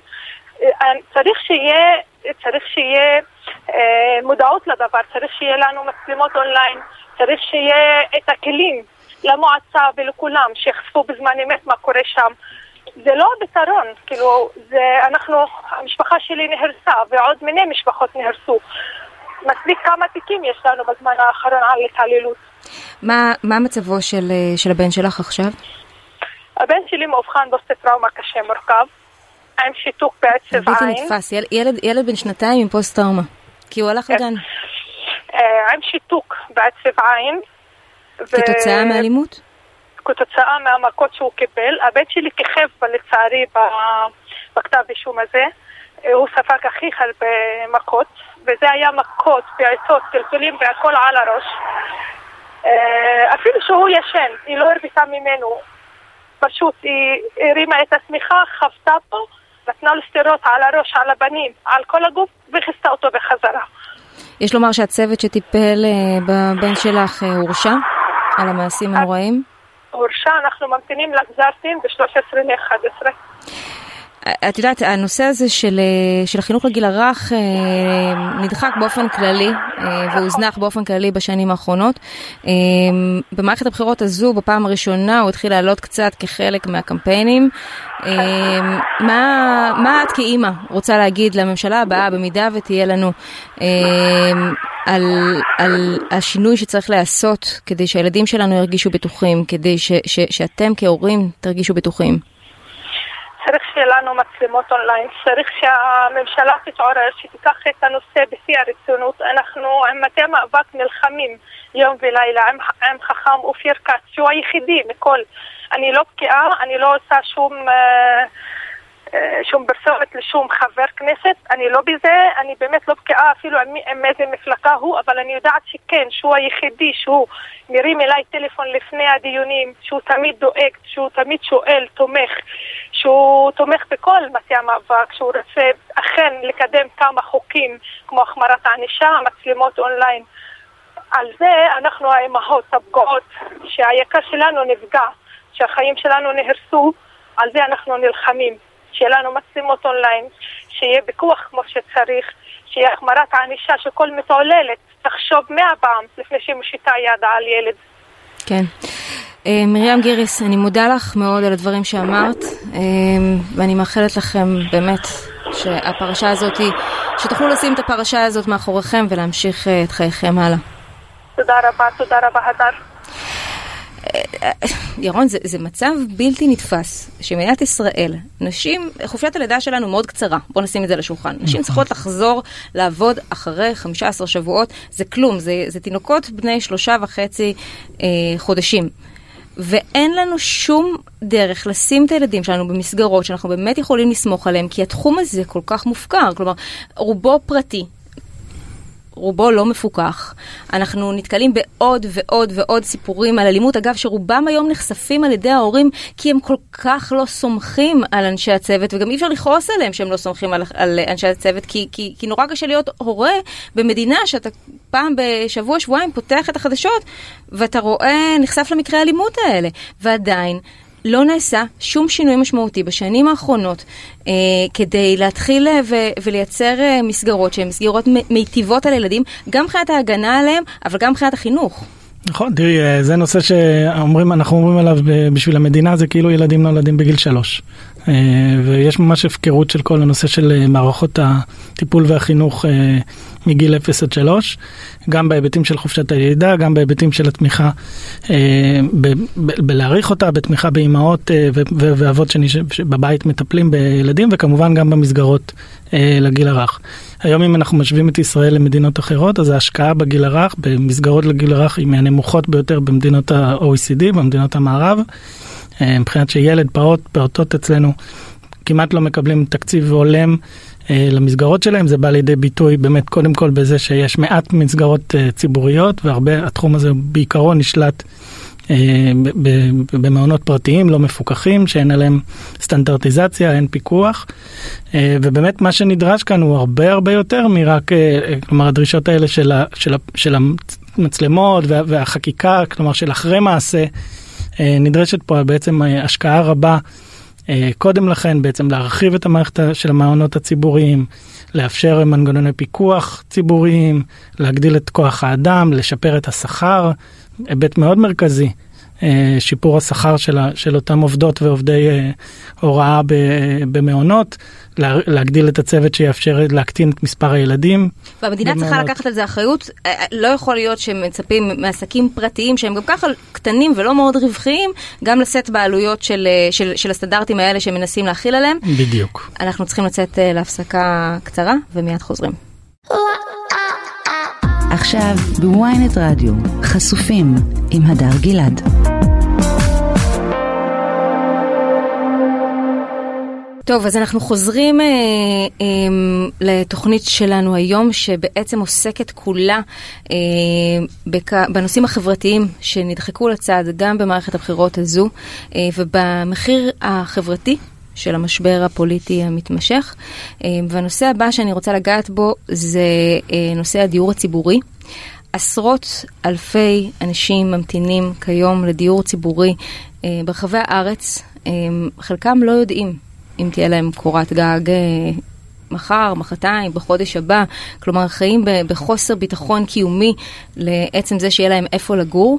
צריך שיהיה מודעות לדבר, צריך שיהיה לנו מצלמות אונליין, צריך שיהיה את הכלים למועצה ולכולם שיחשפו בזמן אמת מה קורה שם. זה לא הפתרון, כאילו, המשפחה שלי נהרסה ועוד מיני משפחות נהרסו. מספיק כמה תיקים יש לנו בזמן האחרון על התעללות. מה מצבו של הבן שלך עכשיו? הבן שלי מאובחן פוסט-טראומה קשה מורכב, עם שיתוק בעצב עין. בלתי נתפס, ילד בן 2 עם פוסט-טראומה, כי הוא הלך לגן. עם שיתוק בעצב עין. כתוצאה מאלימות? כתוצאה מהמכות שהוא קיבל. הבן שלי כיכב לצערי בכתב אישום הזה. הוא ספג הכי הרבה מכות, וזה היה מכות, בעצות, טלטולים והכל על הראש. אפילו שהוא ישן, היא לא הרביצה ממנו. פשוט היא הרימה את השמיכה, חבטה פה, נתנה לו סטירות על הראש, על הבנים, על כל הגוף, וכסתה אותו בחזרה. יש לומר שהצוות שטיפל בבן שלך הורשע על המעשים הנוראים? הורשע, אנחנו ממתינים לגזר דין ב-13/11. את יודעת, הנושא הזה של החינוך לגיל הרך נדחק באופן כללי והוזנח באופן כללי בשנים האחרונות. במערכת הבחירות הזו, בפעם הראשונה, הוא התחיל לעלות קצת כחלק מהקמפיינים. מה את כאימא רוצה להגיד לממשלה הבאה, במידה ותהיה לנו על השינוי שצריך לעשות כדי שהילדים שלנו ירגישו בטוחים, כדי שאתם כהורים תרגישו בטוחים? צריך שיהיה לנו מצלמות אונליין, צריך שהממשלה תתעורר, שתיקח את הנושא בשיא הרצינות. אנחנו עם מטה מאבק נלחמים יום ולילה עם חכם אופיר כץ, שהוא היחידי מכל. אני לא בקיאה, אני לא עושה שום פרסומת לשום חבר כנסת, אני לא בזה, אני באמת לא בקיאה אפילו עם איזה מפלגה הוא, אבל אני יודעת שכן, שהוא היחידי, שהוא מרים אליי טלפון לפני הדיונים, שהוא תמיד דואג, שהוא תמיד שואל, תומך, שהוא תומך בכל מטה המאבק, שהוא רוצה אכן לקדם כמה חוקים, כמו החמרת הענישה, מצלמות אונליין. על זה אנחנו האימהות הפגועות, שהיקר שלנו נפגע, שהחיים שלנו נהרסו, על זה אנחנו נלחמים. שיהיה לנו מצלמות אונליין, שיהיה בכוח כמו שצריך, שיהיה החמרת הענישה שכל מתעוללת תחשוב 100 פעם לפני שהיא מושיטה יד על ילד. כן. מרים גיריס, אני מודה לך מאוד על הדברים שאמרת, ואני מאחלת לכם באמת שהפרשה הזאת, שתוכלו לשים את הפרשה הזאת מאחוריכם ולהמשיך את חייכם הלאה. תודה רבה, הדר. ירון, זה מצב בלתי נתפס שמדינת ישראל, נשים, חופשת הלידה שלנו מאוד קצרה, בוא נשים את זה לשולחן, נשים צריכות לחזור לעבוד אחרי 15 שבועות, זה כלום, זה תינוקות בני 3.5 חודשים, ואין לנו שום דרך לשים את הילדים שלנו במסגרות שאנחנו באמת יכולים לסמוך עליהם, כי התחום הזה כל כך מופקר, כלומר, רובו פרטי, רובו לא מפוקח. אנחנו נתקלים בעוד ועוד ועוד סיפורים על אלימות, אגב, שרובם היום נחשפים על ידי ההורים, כי הם כל כך לא סומכים על אנשי הצוות, וגם אי אפשר לכעוס עליהם שהם לא סומכים על אנשי הצוות, כי נורא קשה להיות הורה במדינה שאתה פעם בשבוע, שבועיים פותח את החדשות, ואתה רואה, נחשף למקרה האלימות האלה, ועדיין לא נעשה שום שינוי משמעותי בשנים האחרונות כדי להתחיל ולייצר מסגרות שהן מסגרות מיטיבות על ילדים, גם מבחינת ההגנה עליהם, אבל גם מבחינת החינוך. נכון, תראי, זה נושא אנחנו אומרים עליו בשביל המדינה, זה כאילו ילדים נולדים בגיל 3. ויש ממש הפקרות של כל הנושא של מערכות הטיפול והחינוך מגיל 0 עד 3, גם בהיבטים של חופשת הלידה, גם בהיבטים של התמיכה בלהעריך אותה, בתמיכה באימהות ואבות שבבית מטפלים בילדים, וכמובן גם במסגרות לגיל הרך. היום אם אנחנו משווים את ישראל למדינות אחרות, אז ההשקעה בגיל הרך, במסגרות לגיל הרך, היא מהנמוכות ביותר במדינות ה-OECD, במדינות המערב, מבחינת שילד פעוטות אצלנו כמעט לא מקבלים תקציב הולם למסגרות שלהם, זה בא לידי ביטוי באמת קודם כל בזה שיש מעט מסגרות ציבוריות, והרבה, התחום הזה בעיקרון נשלט במעונות פרטיים לא מפוקחים, שאין עליהם סטנדרטיזציה, אין פיקוח, ובאמת מה שנדרש כאן הוא הרבה יותר מרק, כלומר הדרישות האלה של המצלמות והחקיקה, כלומר של אחרי מעשה, נדרשת פה בעצם השקעה רבה קודם לכן, בעצם להרחיב את המערכת של המעונות הציבוריים, לאפשר מנגנוני פיקוח ציבוריים, להגדיל את כוח האדם, לשפר את השכר, היבט מאוד מרכזי, שיפור השכר של אותם עובדות ועובדי הוראה במעונות, להגדיל את הצוות שיאפשר להקטין את מספר הילדים. והמדינה צריכה לקחת על זה אחריות, לא יכול להיות שמצפים מעסקים פרטיים שהם גם ככה קטנים ולא מאוד רווחיים, גם לשאת בעלויות של הסטנדרטים האלה שמנסים להכיל עליהם. בדיוק. אנחנו צריכים לצאת להפסקה קצרה ומיד חוזרים. עכשיו בוויינט רדיו, חשופים עם הדר גלעד. טוב, אז אנחנו חוזרים לתוכנית שלנו היום, שבעצם עוסקת כולה בנושאים החברתיים שנדחקו לצד גם במערכת הבחירות הזו, ובמחיר החברתי של המשבר הפוליטי המתמשך. והנושא הבא שאני רוצה לגעת בו זה נושא הדיור הציבורי. עשרות אלפי אנשים ממתינים כיום לדיור ציבורי ברחבי הארץ, חלקם לא יודעים אם תהיה להם קורת גג מחר, מחרתיים, בחודש הבא, כלומר חיים בחוסר ביטחון קיומי לעצם זה שיהיה להם איפה לגור,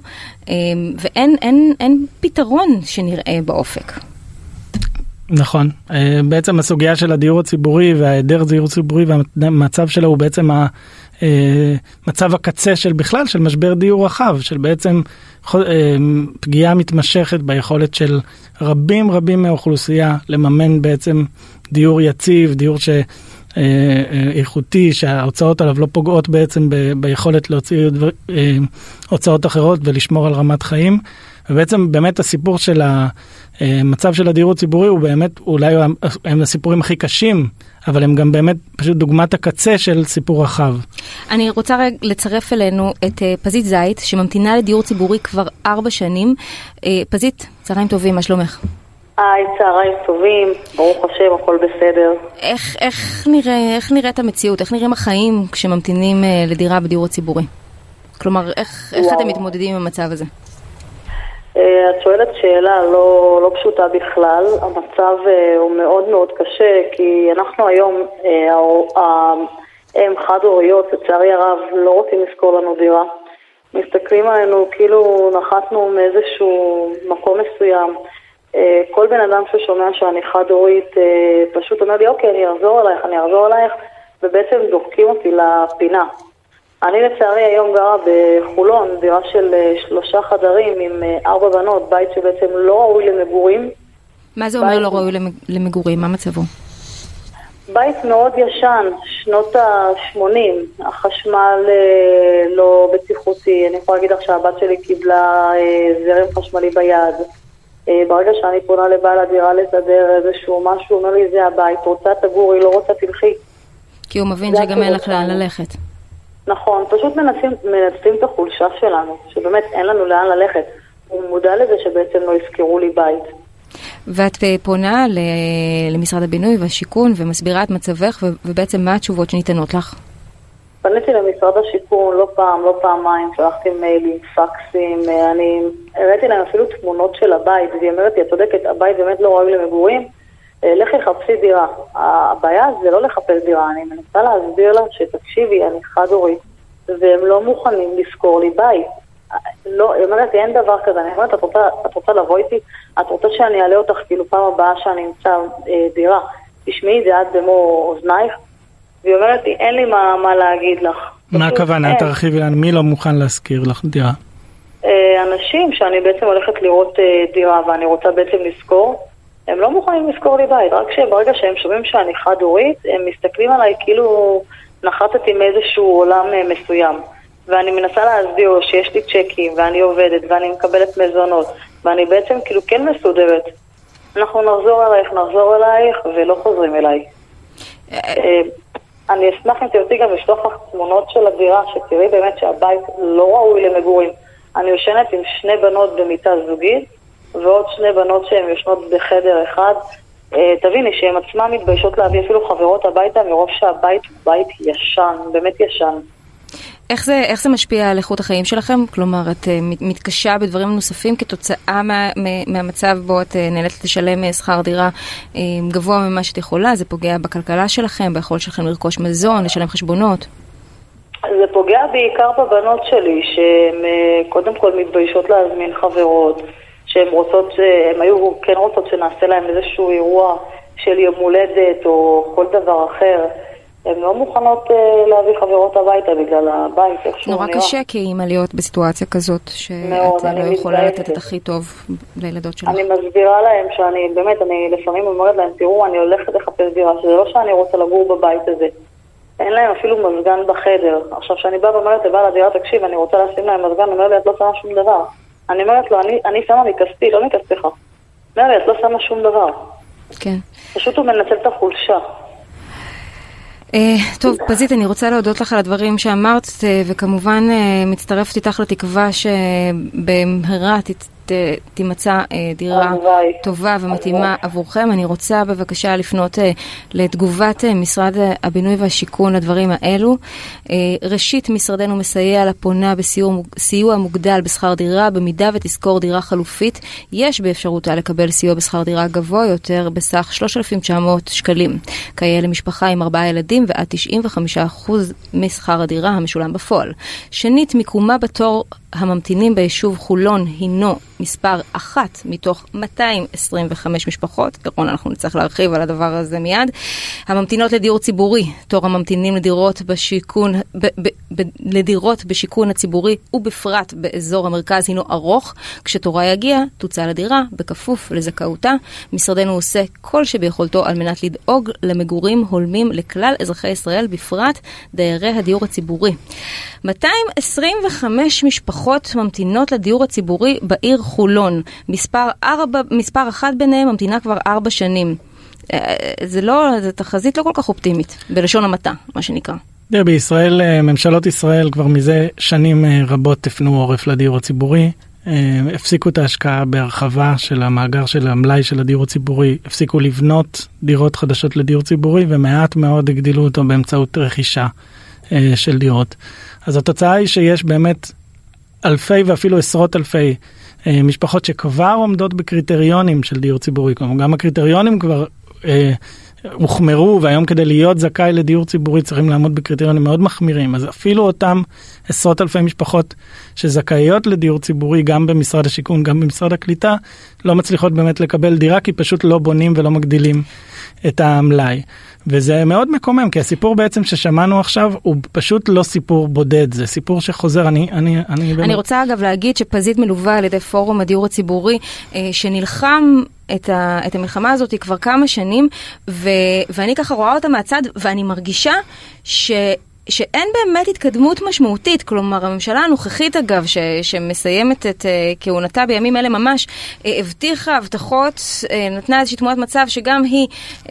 ואין פתרון שנראה באופק. נכון. בעצם הסוגיה של הדיור הציבורי וההיעדר דיור ציבורי והמצב שלו הוא בעצם מצב הקצה של בכלל, של משבר דיור רחב, של בעצם פגיעה מתמשכת ביכולת של רבים מהאוכלוסייה לממן בעצם דיור יציב, דיור איכותי, שההוצאות עליו לא פוגעות בעצם ביכולת להוציא הוצאות אחרות ולשמור על רמת חיים. ובעצם באמת הסיפור של המצב של הדיור הציבורי הוא באמת, אולי הם הסיפורים הכי קשים, אבל הם גם באמת פשוט דוגמת הקצה של סיפור רחב. אני רוצה לצרף אלינו את פזית זית, שממתינה לדיור ציבורי כבר 4 שנים. פזית, צהריים טובים, מה שלומך? היי, צהריים טובים, ברוך השם, הכל בסדר. איך נראית המציאות? איך נראים החיים כשממתינים לדירה בדיור הציבורי? כלומר, איך אתם מתמודדים עם המצב הזה? את שואלת שאלה לא פשוטה בכלל. המצב הוא מאוד מאוד קשה, כי אנחנו היום, הם חד-הוריות, לצערי הרב, לא רוצים לשכור לנו דירה. מסתכלים עלינו כאילו נחתנו מאיזשהו מקום מסוים. כל בן אדם ששומע שאני חד-הורית פשוט אומר לי, אוקיי, אני אחזור עלייך, ובעצם דוחקים אותי לפינה. אני לצערי היום גרה בחולון, דירה של 3 חדרים עם 4 בנות, בית שבעצם לא ראוי למגורים. מה זה אומר לא ראוי למגורים? מה מצבו? בית מאוד ישן, שנות ה-80, החשמל לא בטיחותי. אני יכולה להגיד לך שהבת שלי קיבלה זרם חשמלי ביד. ברגע שאני פונה לבעל הדירה לסדר איזשהו משהו, אומר לי זה הבית, רוצה תגורי, לא רוצה תלכי. כי הוא מבין שגם אין לך לאן ללכת. נכון, פשוט מנצלים את החולשה שלנו, שבאמת אין לנו לאן ללכת. הוא מודע לזה שבעצם לא יזכרו לי בית. ואת פונה למשרד הבינוי והשיכון ומסבירה את מצבך, ובעצם מה התשובות שניתנות לך? פניתי למשרד השיכון לא פעם, לא פעמיים, שלחתי מיילים, פקסים, אני הראיתי להם אפילו תמונות של הבית, והיא אומרת לי, את צודקת, הבית באמת לא ראוי למגורים, לכי חפשי דירה. הבעיה זה לא לחפש דירה, אני מנסה להסביר לה שתקשיבי, אני חד-הורית, והם לא מוכנים לזכור לי בית. לא, היא אומרת לי, אין דבר כזה, אני אומרת, את רוצה לבוא איתי? את רוצה שאני אעלה אותך כאילו פעם הבאה שאני אמצא דירה? תשמעי, זה עד במו אוזנייך? והיא אומרת לי, אין לי מה להגיד לך. מה הכוונה? תרחיבי לנו, מי לא מוכן להזכיר לך דירה? אנשים שאני בעצם הולכת לראות דירה ואני רוצה בעצם לזכור, הם לא מוכנים לזכור לי בית, רק שברגע שהם שומעים שאני חד-הורית, הם מסתכלים עליי כאילו נחתתי מאיזשהו עולם מסוים. ואני מנסה להסביר שיש לי צ'קים ואני עובדת ואני מקבלת מזונות ואני בעצם כאילו כן מסודרת. אנחנו נחזור אלייך ולא חוזרים אליי. אני אשמח אם תרצי גם לשלוח לך תמונות של הדירה, שתראי באמת שהבית לא ראוי למגורים. אני יושנת עם 2 בנות במיטה זוגית, ועוד 2 בנות שהן יושנות בחדר אחד. תביני שהן עצמן מתביישות להביא אפילו חברות הביתה, מרוב שהבית הוא בית ישן, באמת ישן. איך זה משפיע על איכות החיים שלכם? כלומר, את מתקשה בדברים נוספים כתוצאה מהמצב בו את נאלצת לשלם שכר דירה גבוה ממה שאת יכולה? זה פוגע בכלכלה שלכם, ביכולת שלכם לרכוש מזון, לשלם חשבונות? זה פוגע בעיקר בבנות שלי, שהן קודם כל מתביישות להזמין חברות, שהן היו כן רוצות שנעשה להם איזשהו אירוע של יום הולדת או כל דבר אחר. הן לא מוכנות להביא חברות הביתה בגלל הבית. נורא קשה כאימא להיות בסיטואציה כזאת, שאת לא יכולה לתת את הכי טוב לילדות שלך. אני מסבירה להם שאני, באמת, אני לפעמים אומרת להם, תראו, אני הולכת לחפש דירה, שזה לא שאני רוצה לגור בבית הזה. אין להם אפילו מזגן בחדר. עכשיו, שאני באה ואומרת לבעל הדירה, תקשיב, אני רוצה לשים להם מזגן, אומר לי, את לא שמה שום דבר. אני אומרת לו, אני שמה מכספי, לא מכספך. אומר לי, את לא שמה שום דבר. כן. פשוט הוא מנצל את החולשה. טוב, פזית, אני רוצה להודות לך על הדברים שאמרת, וכמובן מצטרפת איתך לתקווה שבמהרה תימצא דירה טובה ומתאימה עבורכם. אני רוצה בבקשה לפנות לתגובת משרד הבינוי והשיכון לדברים האלו. ראשית, משרדנו מסייע לפונה בסיוע מוגדל בשכר דירה, במידה ותזכור דירה חלופית, יש באפשרותה לקבל סיוע בשכר דירה גבוה יותר בסך 3,900 שקלים. כיאה למשפחה עם 4 ילדים ועד 95% משכר הדירה המשולם בפועל. שנית, מיקומה בתור הממתינים ביישוב חולון הינו מספר 1 מתוך 225 משפחות. ירון, אנחנו נצטרך להרחיב על הדבר הזה מיד. הממתינות לדיור ציבורי, תור הממתינים לדירות בשיכון הציבורי ובפרט באזור המרכז הינו ארוך. כשתורה יגיע, תוצא לדירה בכפוף לזכאותה. משרדנו עושה כל שביכולתו על מנת לדאוג למגורים הולמים לכלל אזרחי ישראל, בפרט דיירי הדיור הציבורי. 225 משפחות ממתינות לדיור הציבורי בעיר חולון. מספר 1 ביניהם ממתינה כבר 4 שנים. זה תחזית לא כל כך אופטימית, בלשון המעטה, מה שנקרא. בישראל, ממשלות ישראל כבר מזה שנים רבות תפנו עורף לדיור הציבורי. הפסיקו את ההשקעה בהרחבה של המאגר של המלאי של הדיור הציבורי, הפסיקו לבנות דירות חדשות לדיור ציבורי, ומעט מאוד הגדילו אותו באמצעות רכישה של דירות. אז התוצאה היא שיש באמת אלפי ואפילו עשרות אלפי משפחות שכבר עומדות בקריטריונים של דיור ציבורי. כלומר, גם הקריטריונים כבר הוחמרו, והיום כדי להיות זכאי לדיור ציבורי צריכים לעמוד בקריטריונים מאוד מחמירים. אז אפילו אותם עשרות אלפי משפחות שזכאיות לדיור ציבורי, גם במשרד השיכון, גם במשרד הקליטה, לא מצליחות באמת לקבל דירה, כי פשוט לא בונים ולא מגדילים את המלאי. וזה מאוד מקומם, כי הסיפור בעצם ששמענו עכשיו הוא פשוט לא סיפור בודד, זה סיפור שחוזר. אני רוצה אגב להגיד שפזית מלווה על ידי פורום הדיור הציבורי, שנלחם את המלחמה הזאת כבר כמה שנים, ואני ככה רואה אותה מהצד, ואני מרגישה שאין באמת התקדמות משמעותית. כלומר, הממשלה הנוכחית אגב, שמסיימת את כהונתה בימים אלה ממש, הבטיחה הבטחות, נתנה איזושהי תמונת מצב שגם היא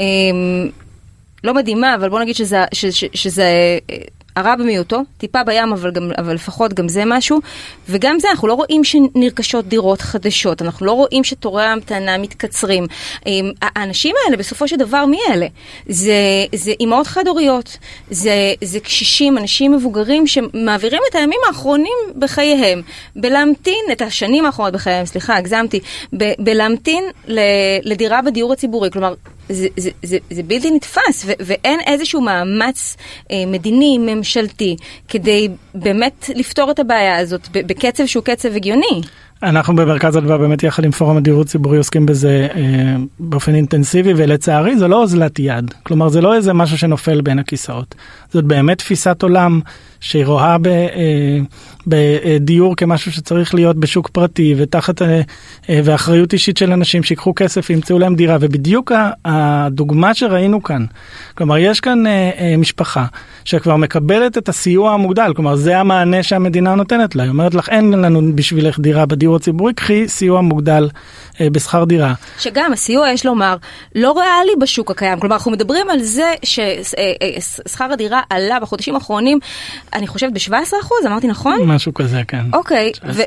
לא מדהימה, אבל בוא נגיד שזה הרע במיעוטו, טיפה בים, אבל לפחות גם זה משהו. וגם זה, אנחנו לא רואים שנרכשות דירות חדשות, אנחנו לא רואים שתורי ההמתנה מתקצרים. האנשים האלה, בסופו של דבר, מי אלה? זה אימהות חד-הוריות, זה קשישים, אנשים מבוגרים שמעבירים את הימים האחרונים בחייהם, בלהמתין את השנים האחרונות בחייהם, סליחה, הגזמתי, בלהמתין לדירה בדיור הציבורי. כלומר, זה בלתי נתפס, ואין איזשהו מאמץ מדיני, ממשלתי, כדי באמת לפתור את הבעיה הזאת בקצב שהוא קצב הגיוני. אנחנו במרכז אדווה באמת יחד עם פורום הדיור הציבורי עוסקים בזה באופן אינטנסיבי, ולצערי זה לא אוזלת יד. כלומר, זה לא איזה משהו שנופל בין הכיסאות. זאת באמת תפיסת עולם שהיא רואה בדיור כמשהו שצריך להיות בשוק פרטי, ותחת ואחריות אישית של אנשים שיקחו כסף וימצאו להם דירה. ובדיוק הדוגמה שראינו כאן, כלומר, יש כאן משפחה שכבר מקבלת את הסיוע המוגדל, כלומר, זה המענה שהמדינה נותנת לה. היא אומרת לך, אין לנו בשבילך דירה בדיור הציבורי, קחי סיוע מוגדל בשכר דירה. שגם הסיוע, יש לומר, לא ריאלי בשוק הקיים. כלומר, אנחנו מדברים על זה ששכר הדירה עלה בחודשים האחרונים, אני חושבת ב-17%, אמרתי נכון? משהו כזה, כן. אוקיי,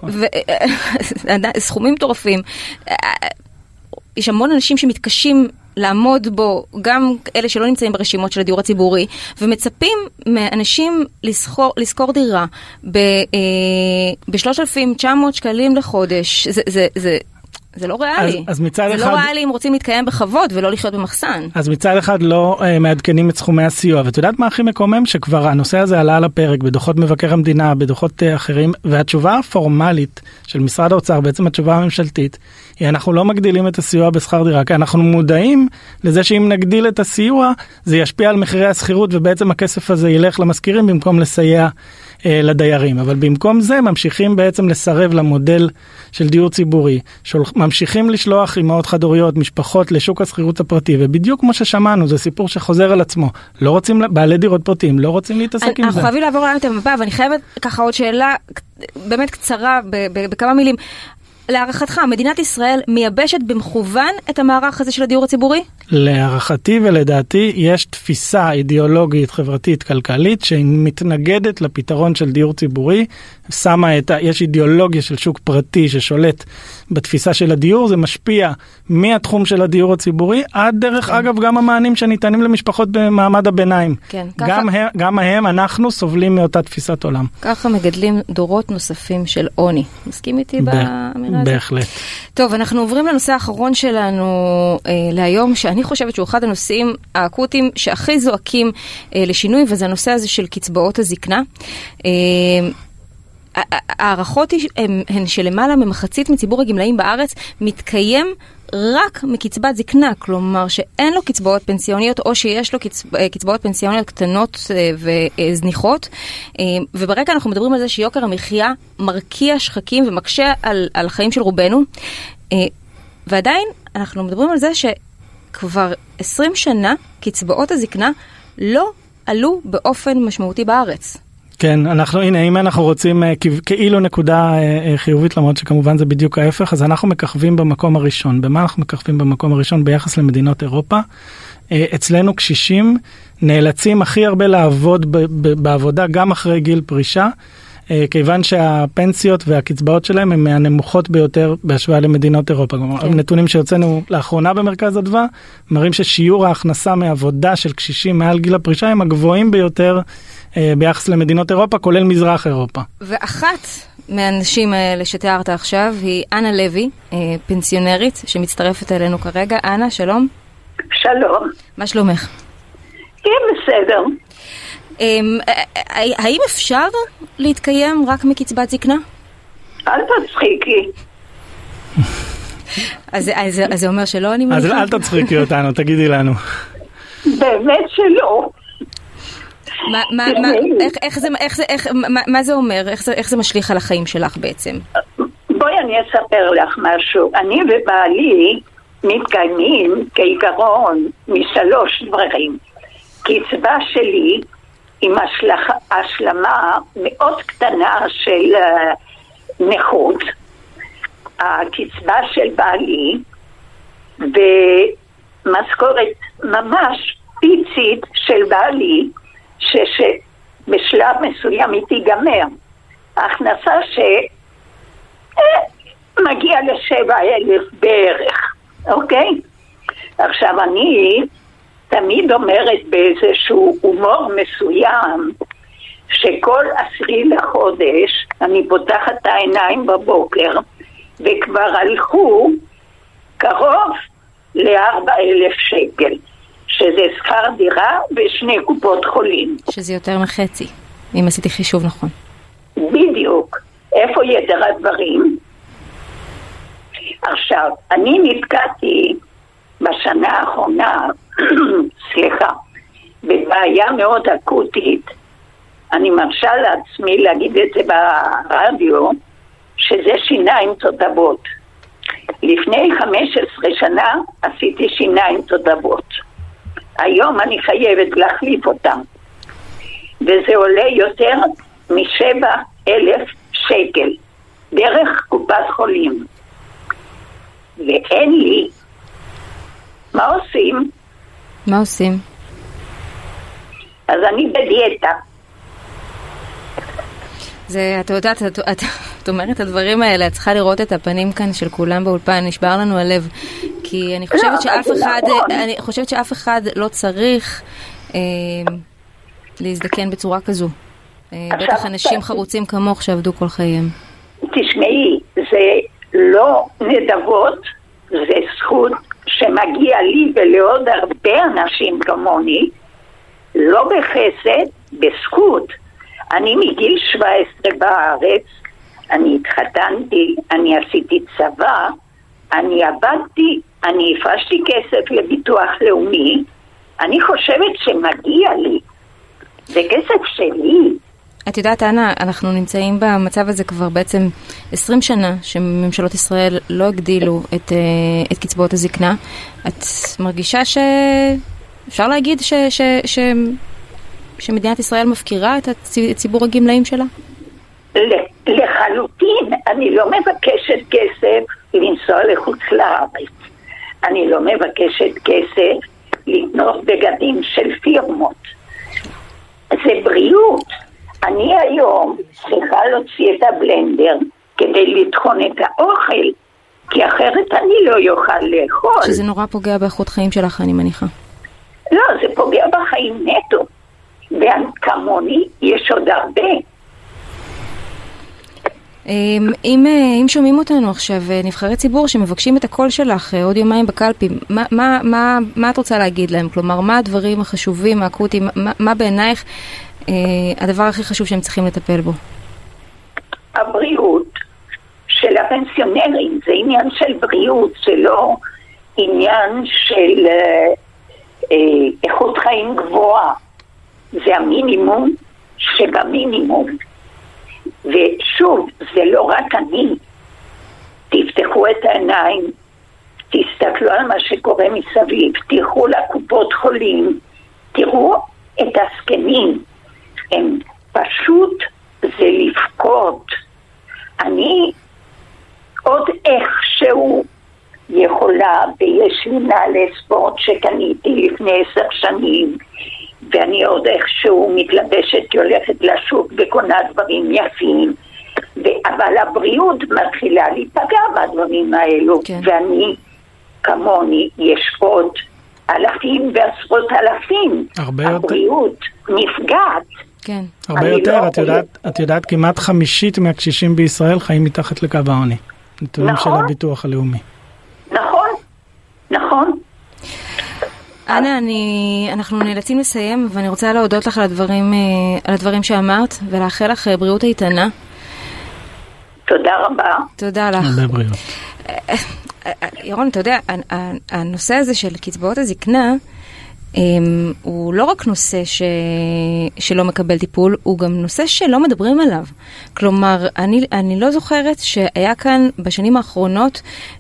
סכומים מטורפים. יש המון אנשים שמתקשים לעמוד בו, גם אלה שלא נמצאים ברשימות של הדיור הציבורי, ומצפים מאנשים לשכור דירה ב-3,900 שקלים לחודש. זה לא ריאלי. זה לא ריאלי אם רוצים להתקיים בכבוד ולא לחיות במחסן. אז מצד אחד לא מעדכנים את סכומי הסיוע, ואת יודעת מה הכי מקומם? שכבר הנושא הזה עלה על הפרק בדוחות מבקר המדינה, בדוחות אחרים, והתשובה הפורמלית של משרד האוצר, בעצם התשובה הממשלתית, היא אנחנו לא מגדילים את הסיוע בשכר דירה, כי אנחנו מודעים לזה שאם נגדיל את הסיוע, זה ישפיע על מחירי הסחירות, ובעצם הכסף הזה ילך למזכירים במקום לסייע לדיירים. אבל במקום זה ממשיכים בעצם לסרב למודל של דיור ציבורי, ממשיכים לשלוח אימהות חד-הוריות, משפחות לשוק הסחירות הפרטי, ובדיוק כמו ששמענו, זה סיפור שחוזר על עצמו. לא רוצים, בעלי דירות פרטיים, לא רוצים להתעסק עם זה. אנחנו חייבים לעבור לאמת הבא, ואני חייבת ככה עוד שאלה באמת קצרה, בכמה מילים. להערכתך, מדינת ישראל מייבשת במכוון את המערך הזה של הדיור הציבורי? להערכתי ולדעתי יש תפיסה אידיאולוגית, חברתית, כלכלית, שמתנגדת לפתרון של דיור ציבורי, יש אידיאולוגיה של שוק פרטי ששולט בתפיסה של הדיור, זה משפיע מהתחום של הדיור הציבורי, עד דרך אגב גם המענים שניתנים למשפחות במעמד הביניים. כן, גם אנחנו סובלים מאותה תפיסת עולם. ככה מגדלים דורות נוספים של עוני. מסכים איתי באמירה הזאת? בהחלט. טוב, אנחנו עוברים לנושא האחרון שלנו להיום, שאני חושבת שהוא אחד הנושאים האקוטיים שהכי זועקים לשינוי, וזה הנושא הזה של קצבאות הזקנה. הערכות הן שלמעלה ממחצית מציבור הגמלאים בארץ מתקיים רק מקצבת זקנה, כלומר שאין לו קצבאות פנסיוניות או שיש לו קצבאות פנסיוניות קטנות וזניחות, וברקע אנחנו מדברים על זה שיוקר המחיה מרקיע שחקים ומקשה על החיים של רובנו, ועדיין אנחנו מדברים על זה שכבר 20 שנה קצבאות הזקנה לא עלו באופן משמעותי בארץ. כן, אם אנחנו רוצים כאילו נקודה חיובית, למרות שכמובן זה בדיוק ההפך, אז אנחנו מככבים במקום הראשון. במה אנחנו מככבים במקום הראשון ביחס למדינות אירופה? אצלנו קשישים נאלצים הכי הרבה לעבוד בעבודה גם אחרי גיל פרישה, כיוון שהפנסיות והקצבאות שלהם הן מהנמוכות ביותר בהשוואה למדינות אירופה. נתונים שיוצאנו לאחרונה במרכז אדווה, מראים ששיעור ההכנסה מעבודה של קשישים מעל גיל הפרישה הם הגבוהים ביותר ביחס למדינות אירופה, כולל מזרח אירופה. ואחת מהאנשים האלה שתיארת עכשיו היא אנה לוי, פנסיונרית, שמצטרפת אלינו כרגע. אנה, שלום. שלום. מה שלומך? כן, בסדר. האם אפשר להתקיים רק מקצבת זקנה? אל תצחיקי. אז זה אומר שלא, אני מניחה? אז אל תצחיקי אותנו, תגידי לנו. באמת שלא. מה זה אומר? איך זה משליך על החיים שלך בעצם? בואי אני אספר לך משהו. אני ובעלי מתקיימים כעיקרון משלוש דברים. קצבה שלי עם השלמה מאוד קטנה של נכות, הקצבה של בעלי ומשכורת ממש פיצית של בעלי שבשלב מסוים היא תיגמר. ההכנסה שמגיע ל7,000 בערך, אוקיי? עכשיו אני תמיד אומרת באיזשהו הומור מסוים שכל 10 לחודש אני פותחת את העיניים בבוקר וכבר הלכו קרוב ל4,000 שקל, שזה שכר דירה ושני קופות חולים. שזה יותר מחצי, אם עשיתי חישוב נכון. בדיוק. איפה יתר הדברים? עכשיו, אני נתקעתי בשנה האחרונה, סליחה, בבעיה מאוד אקוטית. אני מרשה לעצמי להגיד את זה ברדיו, שזה שיניים תותבות. לפני 15 שנה עשיתי שיניים תותבות. היום אני חייבת להחליף אותם. וזה עולה יותר מ7,000 שקל, דרך קופת חולים. ואין לי. מה עושים? מה עושים? אז אני בדיאטה. זה, את יודעת, את אומרת את הדברים האלה, את צריכה לראות את הפנים כאן של כולם באולפן, נשבר לנו הלב, כי אני חושבת שאף אחד לא צריך להזדקן בצורה כזו. בטח אנשים חרוצים כמוך שעבדו כל חייהם. תשמעי, זה לא נדבות, זה זכות שמגיע לי ולעוד הרבה אנשים כמוני, לא בחסד, בזכות. אני מגיל 17 בארץ, אני התחתנתי, אני עשיתי צבא, אני עבדתי, אני הפרשתי כסף לביטוח לאומי, אני חושבת שמגיע לי. זה כסף שלי. את יודעת, אנה, אנחנו נמצאים במצב הזה כבר בעצם 20 שנה שממשלות ישראל לא הגדילו את קצבאות הזקנה. את מרגישה אפשר להגיד שמדינת ישראל מפקירה את ציבור הגמלאים שלה? לחלוטין, אני לא מבקשת כסף לנסוע לחוץ לארץ. אני לא מבקשת כסף לקנות בגדים של פירמות. זה בריאות. אני היום צריכה להוציא את הבלנדר כדי לטחון את האוכל, כי אחרת אני לא יוכל לאכול. שזה נורא פוגע באיכות חיים שלך, אני מניחה. לא, זה פוגע בחיים נטו. וכמוני יש עוד הרבה. אם שומעים אותנו עכשיו נבחרי ציבור שמבקשים את הקול שלך עוד יומיים בקלפי, מה את רוצה להגיד להם? כלומר, מה הדברים החשובים, האקוטיים, מה בעינייך הדבר הכי חשוב שהם צריכים לטפל בו? הבריאות של הפנסיונרים, זה עניין של בריאות, זה לא עניין של איכות חיים גבוהה. זה המינימום שבמינימום. ושוב, זה לא רק אני. תפתחו את העיניים, תסתכלו על מה שקורה מסביב, תלכו לקופות חולים, תראו את הסקנים. הם פשוט זה לבכות. אני עוד איכשהו יכולה, ויש לי נעלי ספורט שקניתי לפני 10 שנים, ואני עוד איכשהו מתלבשת, הולכת לשוק וקונה דברים יפים, אבל הבריאות מתחילה להיפגע מהדברים האלו, כן. ואני, כמוני, יש עוד אלפים ועשרות אלפים. הבריאות נפגעת. כן. הרבה יותר, את יודעת, כמעט 50% מהקשישים בישראל חיים מתחת לקו העוני. נתונים נכון. של הביטוח הלאומי. נכון, נכון. אנה, אנחנו נאלצים לסיים, ואני רוצה להודות לך על הדברים שאמרת, ולאחל לך בריאות איתנה. תודה רבה. תודה לך. הרבה בריאות. ירון, אתה יודע, הנושא הזה של קצבאות הזקנה, הוא לא רק נושא שלא מקבל טיפול, הוא גם נושא שלא מדברים עליו. כלומר, אני לא זוכרת שהיה כאן בשנים האחרונות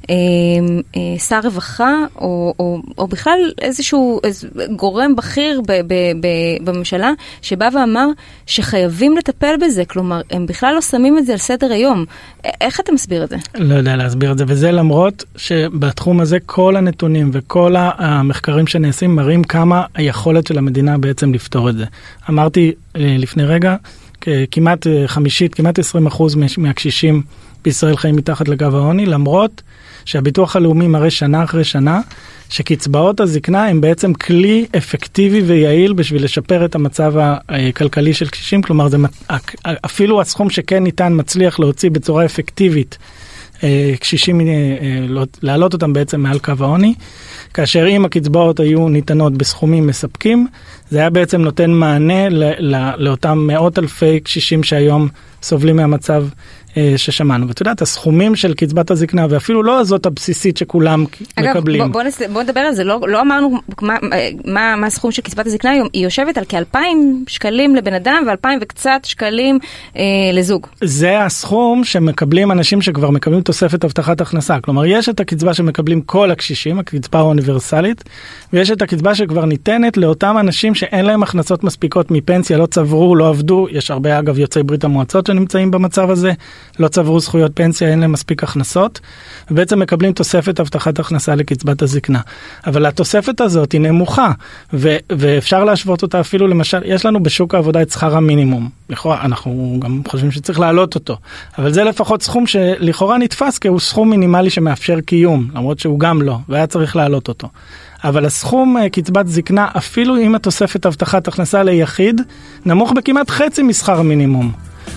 שר רווחה, או בכלל איזשהו גורם בכיר בממשלה, שבא ואמר שחייבים לטפל בזה. כלומר, הם בכלל לא שמים את זה על סדר היום. איך אתה מסביר את זה? לא יודע להסביר את זה, וזה למרות שבתחום הזה כל הנתונים וכל המחקרים שנעשים מראים כמה היכולת של המדינה בעצם לפתור את זה. אמרתי לפני רגע, כמעט 20% מהקשישים בישראל חיים מתחת לקו העוני, למרות שהביטוח הלאומי מראה שנה אחרי שנה, שקצבאות הזקנה הם בעצם כלי אפקטיבי ויעיל בשביל לשפר את המצב הכלכלי של קשישים, כלומר זה אפילו הסכום שכן ניתן מצליח להוציא בצורה אפקטיבית קשישים, להעלות אותם בעצם מעל קו העוני, כאשר אם הקצבאות היו ניתנות בסכומים מספקים, זה היה בעצם נותן מענה לאותם מאות אלפי קשישים שהיום סובלים מהמצב ששמענו. ואתה יודעת, הסכומים של קצבת הזקנה, ואפילו לא הזאת הבסיסית שכולם מקבלים. אגב, בוא נדבר על זה, לא אמרנו מה הסכום של קצבת הזקנה היום, היא יושבת על כ-2,000 שקלים לבן אדם, ו2,000 וקצת שקלים לזוג. זה הסכום שמקבלים אנשים שכבר מקבלים תוספת הבטחת הכנסה. כלומר, יש את הקצבה שמקבלים כל הקשישים, הקצבה האוניברסלית, ויש את הקצבה שכבר ניתנת לאותם אנשים שאין להם הכנסות מספיקות מפנסיה, לא צברו, לא עבדו. יש הרבה, אגב, יוצאי ברית המועצות שנמצאים במצב הזה, לא צברו זכויות פנסיה, אין להם מספיק הכנסות, ובעצם מקבלים תוספת הבטחת הכנסה לקצבת הזקנה. אבל התוספת הזאת היא נמוכה, ואפשר להשוות אותה אפילו, למשל, יש לנו בשוק העבודה את שכר המינימום. לכאורה, אנחנו גם חושבים שצריך להעלות אותו. אבל זה לפחות סכום שלכאורה נתפס, כי הוא סכום מינימלי שמאפשר קיום, למרות שהוא גם לא, והיה צריך להעלות אותו. אבל הסכום קצבת זקנה, אפילו עם התוספת הבטחת הכנסה ליחיד, נמוך בכמעט חצי משכר המינימום.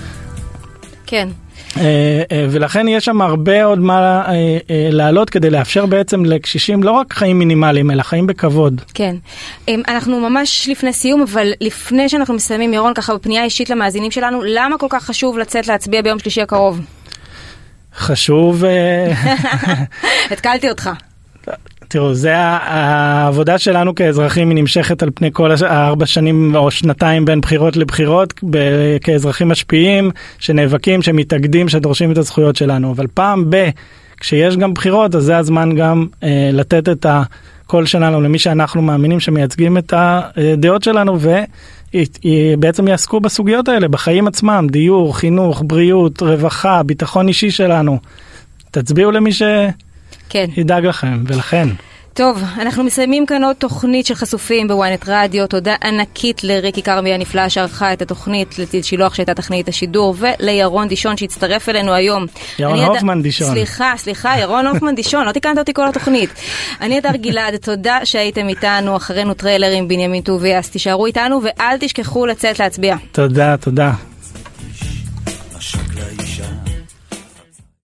כן. ולכן יש שם הרבה עוד מה לעלות כדי לאפשר בעצם לקשישים לא רק חיים מינימליים, אלא חיים בכבוד. כן. אנחנו ממש לפני סיום, אבל לפני שאנחנו מסיימים, ירון, ככה בפנייה אישית למאזינים שלנו, למה כל כך חשוב לצאת להצביע ביום שלישי הקרוב? חשוב... התקלתי אותך. תראו, זה העבודה שלנו כאזרחים, היא נמשכת על פני כל 4 שנים או שנתיים בין בחירות לבחירות, כאזרחים משפיעים, שנאבקים, שמתאגדים, שדורשים את הזכויות שלנו. אבל פעם כשיש גם בחירות, אז זה הזמן גם לתת את לקול שלנו, למי שאנחנו מאמינים שמייצגים את הדעות שלנו, ובעצם יעסקו בסוגיות האלה, בחיים עצמם, דיור, חינוך, בריאות, רווחה, ביטחון אישי שלנו. תצביעו למי שידאג לכם, ולכן. טוב, אנחנו מסיימים כאן עוד תוכנית של חשופים בוויינט רדיו. תודה ענקית לריקי קרמי הנפלאה שערכה את התוכנית, לציל שילוח שהייתה טכנאית השידור, ולירון דישון שהצטרף אלינו היום. ירון הופמן דישון. סליחה, ירון הופמן דישון, לא תיקנת אותי כל התוכנית. אני אדר גלעד, תודה שהייתם איתנו, אחרינו טריילר עם בנימין טובי, אז תישארו איתנו ואל תשכחו לצאת להצביע. תודה.